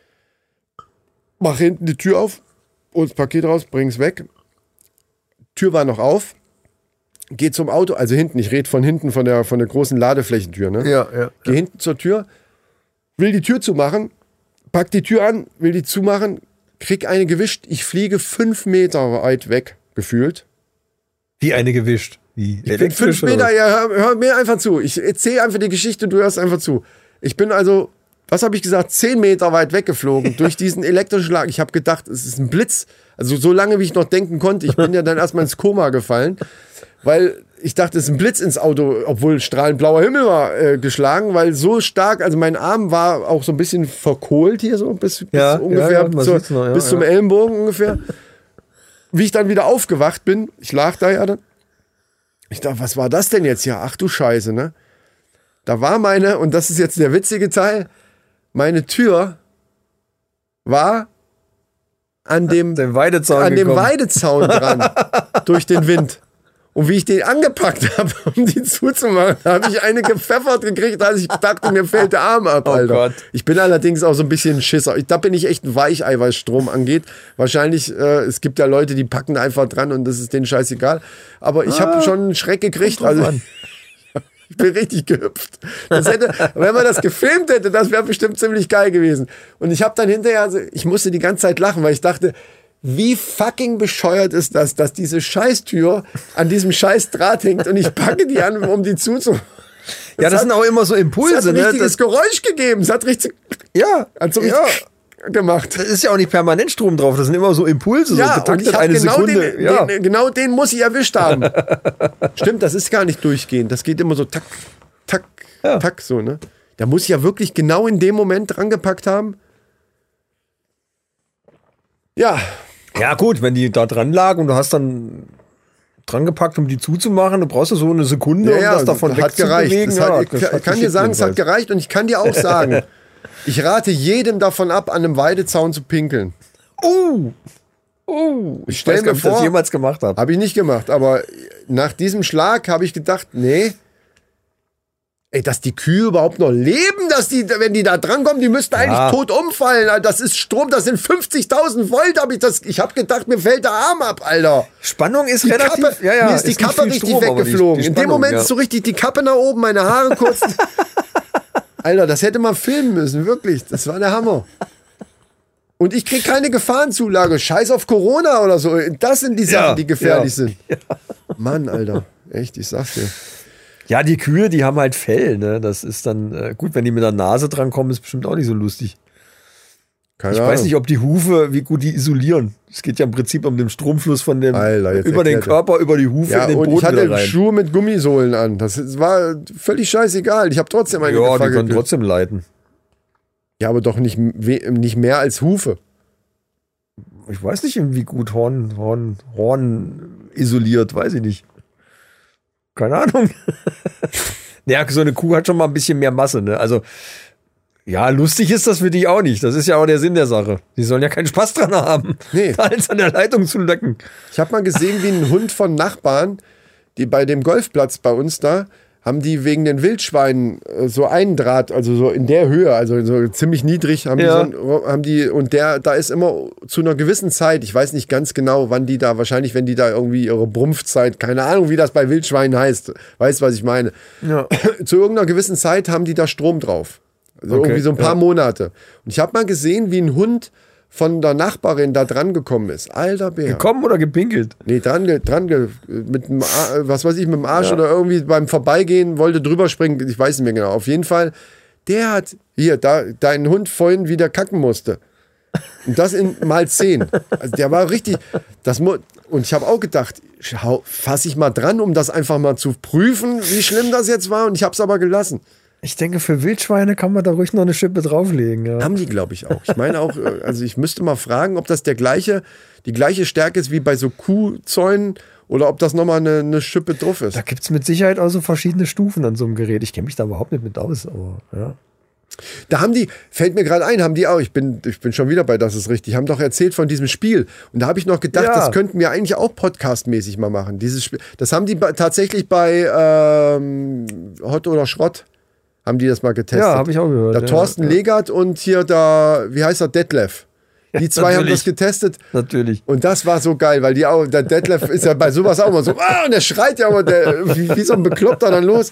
[SPEAKER 2] Mach hinten die Tür auf, hol das Paket raus, bring es weg. Tür war noch auf, geh zum Auto, also hinten, ich rede von hinten, von der, von der großen Ladeflächentür, ne?
[SPEAKER 3] Ja, ja.
[SPEAKER 2] Geh hinten zur Tür, will die Tür zumachen, pack die Tür an, will die zumachen, krieg eine gewischt, ich fliege fünf Meter weit weg, gefühlt.
[SPEAKER 3] Wie eine gewischt. Wie?
[SPEAKER 2] Ich bin fünf Meter, ja, hör, hör mir einfach zu. Ich erzähle einfach die Geschichte, du hörst einfach zu. Ich bin also, was habe ich gesagt, zehn Meter weit weggeflogen durch diesen elektrischen Schlag. Ich habe gedacht, es ist ein Blitz. Also so lange, wie ich noch denken konnte. Ich bin ja dann erstmal ins Koma gefallen, weil ich dachte, es ist ein Blitz ins Auto, obwohl strahlend blauer Himmel war, äh, geschlagen, weil so stark, also mein Arm war auch so ein bisschen verkohlt hier, so bis, bis
[SPEAKER 3] Ja,
[SPEAKER 2] ungefähr
[SPEAKER 3] ja, ja, man
[SPEAKER 2] zur,
[SPEAKER 3] sieht's noch, ja,
[SPEAKER 2] bis zum
[SPEAKER 3] ja.
[SPEAKER 2] Ellenbogen ungefähr. Wie ich dann wieder aufgewacht bin, ich lag da ja dann. Ich dachte, was war das denn jetzt hier? Ach du Scheiße, ne? Da war meine, und das ist jetzt der witzige Teil, meine Tür war an dem,
[SPEAKER 3] Den Weidezaun
[SPEAKER 2] an dem
[SPEAKER 3] gekommen.
[SPEAKER 2] Weidezaun dran, durch den Wind. Und wie ich den angepackt habe, um die zuzumachen, habe ich eine gepfeffert gekriegt, als ich dachte, mir fällt der Arm ab,
[SPEAKER 3] Oh
[SPEAKER 2] Alter.
[SPEAKER 3] Gott.
[SPEAKER 2] Ich bin allerdings auch so ein bisschen ein Schisser. Ich, da bin ich echt ein Weichei, was Strom angeht. Wahrscheinlich, äh, es gibt ja Leute, die packen da einfach dran und das ist denen scheißegal. Aber ich habe schon einen Schreck gekriegt.
[SPEAKER 3] Kommt drauf
[SPEAKER 2] Also
[SPEAKER 3] an.
[SPEAKER 2] ich bin richtig gehüpft. Das hätte, wenn man das gefilmt hätte, das wäre bestimmt ziemlich geil gewesen. Und ich habe dann hinterher, also ich musste die ganze Zeit lachen, weil ich dachte, wie fucking bescheuert ist das, dass diese Scheißtür an diesem scheiß Draht hängt und ich packe die an, um die zuzumachen.
[SPEAKER 3] Ja, das sind auch immer so
[SPEAKER 2] Es hat
[SPEAKER 3] Impulse,
[SPEAKER 2] ein
[SPEAKER 3] ne?
[SPEAKER 2] richtiges
[SPEAKER 3] Das,
[SPEAKER 2] Geräusch gegeben. Es hat richtig,
[SPEAKER 3] ja,
[SPEAKER 2] hat so
[SPEAKER 3] ja.
[SPEAKER 2] richtig gemacht.
[SPEAKER 3] Das ist ja auch nicht permanent Strom drauf, das sind immer so Impulse, so
[SPEAKER 2] Ja, und
[SPEAKER 3] getaktet
[SPEAKER 2] ich hab
[SPEAKER 3] eine
[SPEAKER 2] genau
[SPEAKER 3] Sekunde.
[SPEAKER 2] den,
[SPEAKER 3] ja.
[SPEAKER 2] den, genau den muss ich erwischt haben. Stimmt, das ist gar nicht durchgehend. Das geht immer so tack, tack,
[SPEAKER 3] Ja.
[SPEAKER 2] tack, so, ne? Da muss ich ja wirklich genau in dem Moment dran gepackt haben. Ja,
[SPEAKER 3] ja, gut, wenn die da dran lag und du hast dann dran gepackt, um die zuzumachen, du brauchst ja so eine Sekunde,
[SPEAKER 2] ja,
[SPEAKER 3] um
[SPEAKER 2] ja,
[SPEAKER 3] das davon
[SPEAKER 2] hat gereicht.
[SPEAKER 3] wegzubewegen.
[SPEAKER 2] Es
[SPEAKER 3] Ja,
[SPEAKER 2] hat,
[SPEAKER 3] das
[SPEAKER 2] ich
[SPEAKER 3] hat
[SPEAKER 2] kann dir
[SPEAKER 3] geschickt
[SPEAKER 2] sagen, es hat
[SPEAKER 3] jedenfalls.
[SPEAKER 2] gereicht und ich kann dir auch sagen, Ich rate jedem davon ab, an einem Weidezaun zu pinkeln.
[SPEAKER 3] Oh! Oh!
[SPEAKER 2] Ich
[SPEAKER 3] Ich
[SPEAKER 2] stell
[SPEAKER 3] weiß
[SPEAKER 2] mir
[SPEAKER 3] gar nicht, ob ich
[SPEAKER 2] vor-
[SPEAKER 3] das jemals gemacht habe.
[SPEAKER 2] Habe ich nicht gemacht, aber nach diesem Schlag habe ich gedacht, nee. Ey, dass die Kühe überhaupt noch leben, dass die, wenn die da drankommen, die müssten eigentlich
[SPEAKER 3] Ja.
[SPEAKER 2] tot umfallen. Alter. Das ist Strom, das sind fünfzigtausend Volt. Hab ich das, ich habe gedacht, mir fällt der Arm ab, Alter.
[SPEAKER 3] Spannung ist
[SPEAKER 2] Die
[SPEAKER 3] relativ...
[SPEAKER 2] Kappe,
[SPEAKER 3] ja, ja,
[SPEAKER 2] mir ist die
[SPEAKER 3] nicht
[SPEAKER 2] Kappe
[SPEAKER 3] viel
[SPEAKER 2] richtig
[SPEAKER 3] Strom, aber die-
[SPEAKER 2] weggeflogen.
[SPEAKER 3] die
[SPEAKER 2] In dem
[SPEAKER 3] Spannung,
[SPEAKER 2] Moment
[SPEAKER 3] ja.
[SPEAKER 2] ist so richtig die Kappe nach oben, meine Haare kurz. Alter, das hätte man filmen müssen, wirklich. Das war der Hammer. Und ich krieg keine Gefahrenzulage. Scheiß auf Corona oder so. Das sind die Sachen,
[SPEAKER 3] Ja,
[SPEAKER 2] die gefährlich
[SPEAKER 3] ja.
[SPEAKER 2] sind. Mann, Alter. Echt, ich sag's dir.
[SPEAKER 3] Ja, die Kühe, die haben halt Fell, ne? Das ist dann, äh, gut, wenn die mit der Nase drankommen, ist bestimmt auch nicht so lustig.
[SPEAKER 2] Keine
[SPEAKER 3] Ich
[SPEAKER 2] Ahnung.
[SPEAKER 3] weiß nicht, ob die Hufe, wie gut die isolieren. Es geht ja im Prinzip um den Stromfluss von dem,
[SPEAKER 2] Alter, jetzt
[SPEAKER 3] über den
[SPEAKER 2] erklärt er.
[SPEAKER 3] Körper, über die Hufe
[SPEAKER 2] Ja,
[SPEAKER 3] in den
[SPEAKER 2] und
[SPEAKER 3] Boden
[SPEAKER 2] ich hatte
[SPEAKER 3] wieder rein.
[SPEAKER 2] Schuhe mit Gummisohlen an. Das ist- war völlig scheißegal. Ich habe trotzdem eine
[SPEAKER 3] Ja, die
[SPEAKER 2] Gefahr
[SPEAKER 3] können
[SPEAKER 2] gekriegt.
[SPEAKER 3] trotzdem leiten.
[SPEAKER 2] Ja, aber doch nicht, we- nicht mehr als Hufe.
[SPEAKER 3] Ich weiß nicht, wie gut Horn, Horn, Horn isoliert, weiß ich nicht. Keine Ahnung. Ja, so eine Kuh hat schon mal ein bisschen mehr Masse, ne? Also, ja, lustig ist das für die auch nicht. Das ist ja auch der Sinn der Sache. Die sollen ja keinen Spaß dran haben,
[SPEAKER 2] Nee.
[SPEAKER 3] da eins an der Leitung zu lecken.
[SPEAKER 2] Ich habe mal gesehen, wie ein Hund von Nachbarn, die bei dem Golfplatz bei uns da, haben die wegen den Wildschweinen äh, so einen Draht, also so in der Höhe, also so ziemlich niedrig, haben
[SPEAKER 3] Ja.
[SPEAKER 2] die so, haben die, und der, da ist immer zu einer gewissen Zeit, ich weiß nicht ganz genau, wann die da, wahrscheinlich, wenn die da irgendwie ihre Brumpfzeit, keine Ahnung, wie das bei Wildschweinen heißt, weißt, was ich meine.
[SPEAKER 3] Ja.
[SPEAKER 2] Zu irgendeiner gewissen Zeit haben die da Strom drauf. Also
[SPEAKER 3] Okay,
[SPEAKER 2] irgendwie so ein paar
[SPEAKER 3] ja.
[SPEAKER 2] Monate. Und ich habe mal gesehen, wie ein Hund von der Nachbarin da dran gekommen ist. Alter Bär.
[SPEAKER 3] Gekommen oder gepinkelt?
[SPEAKER 2] Nee, dran, ge- dran ge- mit dem, Ar- was weiß ich, mit dem Arsch oder irgendwie beim Vorbeigehen wollte drüber springen. Ich weiß nicht mehr genau. Auf jeden Fall, der hat hier, da, dein Hund vorhin wieder kacken musste. Und das in mal zehn. Also der war richtig, das mu- und ich habe auch gedacht, schau, fass ich mal dran, um das einfach mal zu prüfen, wie schlimm das jetzt war. Und ich habe es aber gelassen.
[SPEAKER 3] Ich denke, für Wildschweine kann man da ruhig noch eine Schippe drauflegen. Ja.
[SPEAKER 2] Haben die, glaube ich, auch. Ich meine auch, äh, also ich müsste mal fragen, ob das der gleiche, die gleiche Stärke ist wie bei so Kuhzäunen oder ob das nochmal eine, eine Schippe drauf ist.
[SPEAKER 3] Da gibt es mit Sicherheit auch so verschiedene Stufen an so einem Gerät. Ich kenne mich da überhaupt nicht mit aus, aber ja.
[SPEAKER 2] Da haben die, fällt mir gerade ein, haben die auch, ich bin, ich bin schon wieder bei Das ist richtig, haben doch erzählt von diesem Spiel. Und da habe ich noch gedacht,
[SPEAKER 3] Ja.
[SPEAKER 2] das könnten wir eigentlich auch podcastmäßig mal machen. Dieses Spiel, das haben die bei, tatsächlich bei ähm, Hot oder Schrott, haben die das mal getestet.
[SPEAKER 3] Ja, habe ich auch gehört.
[SPEAKER 2] Der
[SPEAKER 3] ja.
[SPEAKER 2] Thorsten
[SPEAKER 3] ja.
[SPEAKER 2] Legert und hier der, wie heißt er, Detlef. Die zwei haben
[SPEAKER 3] natürlich.
[SPEAKER 2] das getestet.
[SPEAKER 3] Natürlich.
[SPEAKER 2] Und das war so geil, weil die auch, der Detlef ist ja bei sowas auch immer so, ah, und der schreit ja immer, der, wie, wie so ein Bekloppter dann los.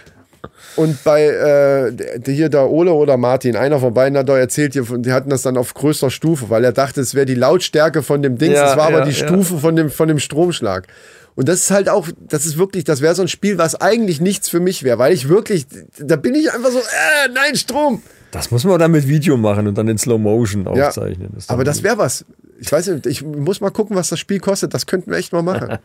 [SPEAKER 2] Und bei äh, der, hier der Ole oder Martin, einer von beiden hat doch erzählt, hier, die hatten das dann auf größter Stufe, weil er dachte, es wäre die Lautstärke von dem Ding,
[SPEAKER 3] Ja,
[SPEAKER 2] es war aber
[SPEAKER 3] ja,
[SPEAKER 2] die
[SPEAKER 3] ja.
[SPEAKER 2] Stufe von dem, von dem Stromschlag. Und das ist halt auch, das ist wirklich, das wäre so ein Spiel, was eigentlich nichts für mich wäre, weil ich wirklich, da bin ich einfach so, äh, nein, Strom.
[SPEAKER 3] Das muss man dann mit Video machen und dann in Slow Motion
[SPEAKER 2] Ja,
[SPEAKER 3] aufzeichnen. ist dann
[SPEAKER 2] aber das
[SPEAKER 3] gut.
[SPEAKER 2] wäre was. Ich weiß nicht, ich muss mal gucken, was das Spiel kostet. Das könnten wir echt mal machen.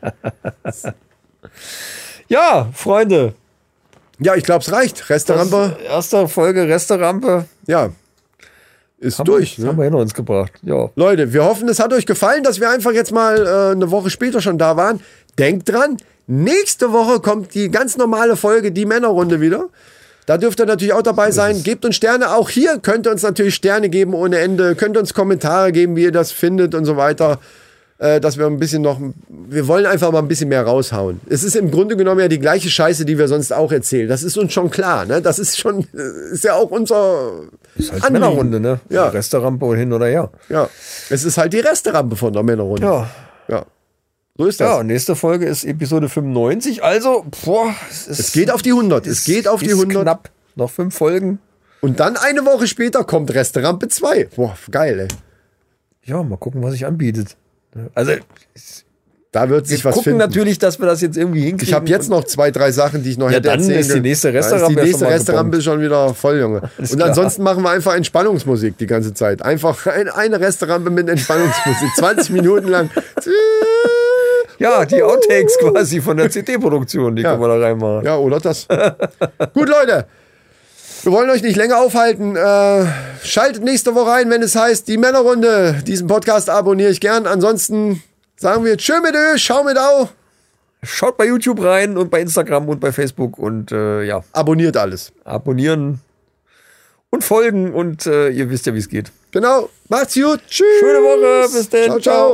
[SPEAKER 3] Ja, Freunde.
[SPEAKER 2] Ja, ich glaube, es reicht. Resterampe,
[SPEAKER 3] Erste Folge Resterampe.
[SPEAKER 2] ja, ist
[SPEAKER 3] Haben
[SPEAKER 2] durch.
[SPEAKER 3] Wir,
[SPEAKER 2] Ne?
[SPEAKER 3] haben wir hinter uns gebracht. Ja.
[SPEAKER 2] Leute, wir hoffen, es hat euch gefallen, dass wir einfach jetzt mal äh, eine Woche später schon da waren. Denkt dran, nächste Woche kommt die ganz normale Folge, die Männerrunde wieder. Da dürft ihr natürlich auch dabei sein. Gebt uns Sterne. Auch hier könnt ihr uns natürlich Sterne geben ohne Ende. Könnt ihr uns Kommentare geben, wie ihr das findet und so weiter. Äh, dass wir ein bisschen noch, wir wollen einfach mal ein bisschen mehr raushauen. Es ist im Grunde genommen ja die gleiche Scheiße, die wir sonst auch erzählen. Das ist uns schon klar, ne? Das ist schon, ist ja auch unser
[SPEAKER 3] Ist halt
[SPEAKER 2] Anliegen.
[SPEAKER 3] Männerrunde, ne?
[SPEAKER 2] Ja.
[SPEAKER 3] Resterampe hin oder her.
[SPEAKER 2] Ja. Es ist halt die Resterampe von der Männerrunde.
[SPEAKER 3] Ja.
[SPEAKER 2] Ja. So ist das.
[SPEAKER 3] Ja, nächste Folge ist Episode fünfundneunzig. Also, boah, es, ist,
[SPEAKER 2] Es geht auf die hundert. Es geht auf die
[SPEAKER 3] ist
[SPEAKER 2] hundert.
[SPEAKER 3] knapp. Noch fünf Folgen.
[SPEAKER 2] Und dann eine Woche später kommt Resterampe zwei. Boah, geil, ey.
[SPEAKER 3] Ja, mal gucken, was sich anbietet. Also,
[SPEAKER 2] Da wird
[SPEAKER 3] wir
[SPEAKER 2] sich was
[SPEAKER 3] gucken
[SPEAKER 2] finden.
[SPEAKER 3] natürlich, dass wir das jetzt irgendwie hinkriegen.
[SPEAKER 2] Ich habe jetzt noch zwei, drei Sachen, die ich noch
[SPEAKER 3] Ja,
[SPEAKER 2] hätte
[SPEAKER 3] dann
[SPEAKER 2] erzählen
[SPEAKER 3] ist die
[SPEAKER 2] können.
[SPEAKER 3] nächste
[SPEAKER 2] Da ist
[SPEAKER 3] Resterampe
[SPEAKER 2] Die
[SPEAKER 3] ja
[SPEAKER 2] nächste
[SPEAKER 3] schon mal
[SPEAKER 2] Resterampe schon wieder voll, Junge. Und
[SPEAKER 3] klar.
[SPEAKER 2] ansonsten machen wir einfach Entspannungsmusik die ganze Zeit. Einfach ein, eine Resterampe mit Entspannungsmusik. zwanzig Minuten lang.
[SPEAKER 3] Ja, die Outtakes quasi von der C D-Produktion, die
[SPEAKER 2] Ja.
[SPEAKER 3] können wir da reinmachen.
[SPEAKER 2] Ja, oder das. Gut, Leute. Wir wollen euch nicht länger aufhalten. Äh, schaltet nächste Woche ein, wenn es heißt, die Männerrunde. Diesen Podcast abonniere ich gern. Ansonsten sagen wir tschö mit Ö, schau mit Au.
[SPEAKER 3] Schaut bei YouTube rein und bei Instagram und bei Facebook und äh, ja,
[SPEAKER 2] Abonniert alles.
[SPEAKER 3] abonnieren. und folgen und äh, ihr wisst ja, wie es geht.
[SPEAKER 2] Genau. Macht's gut. Tschüss.
[SPEAKER 3] Schöne Woche. Bis dann.
[SPEAKER 2] Ciao, ciao.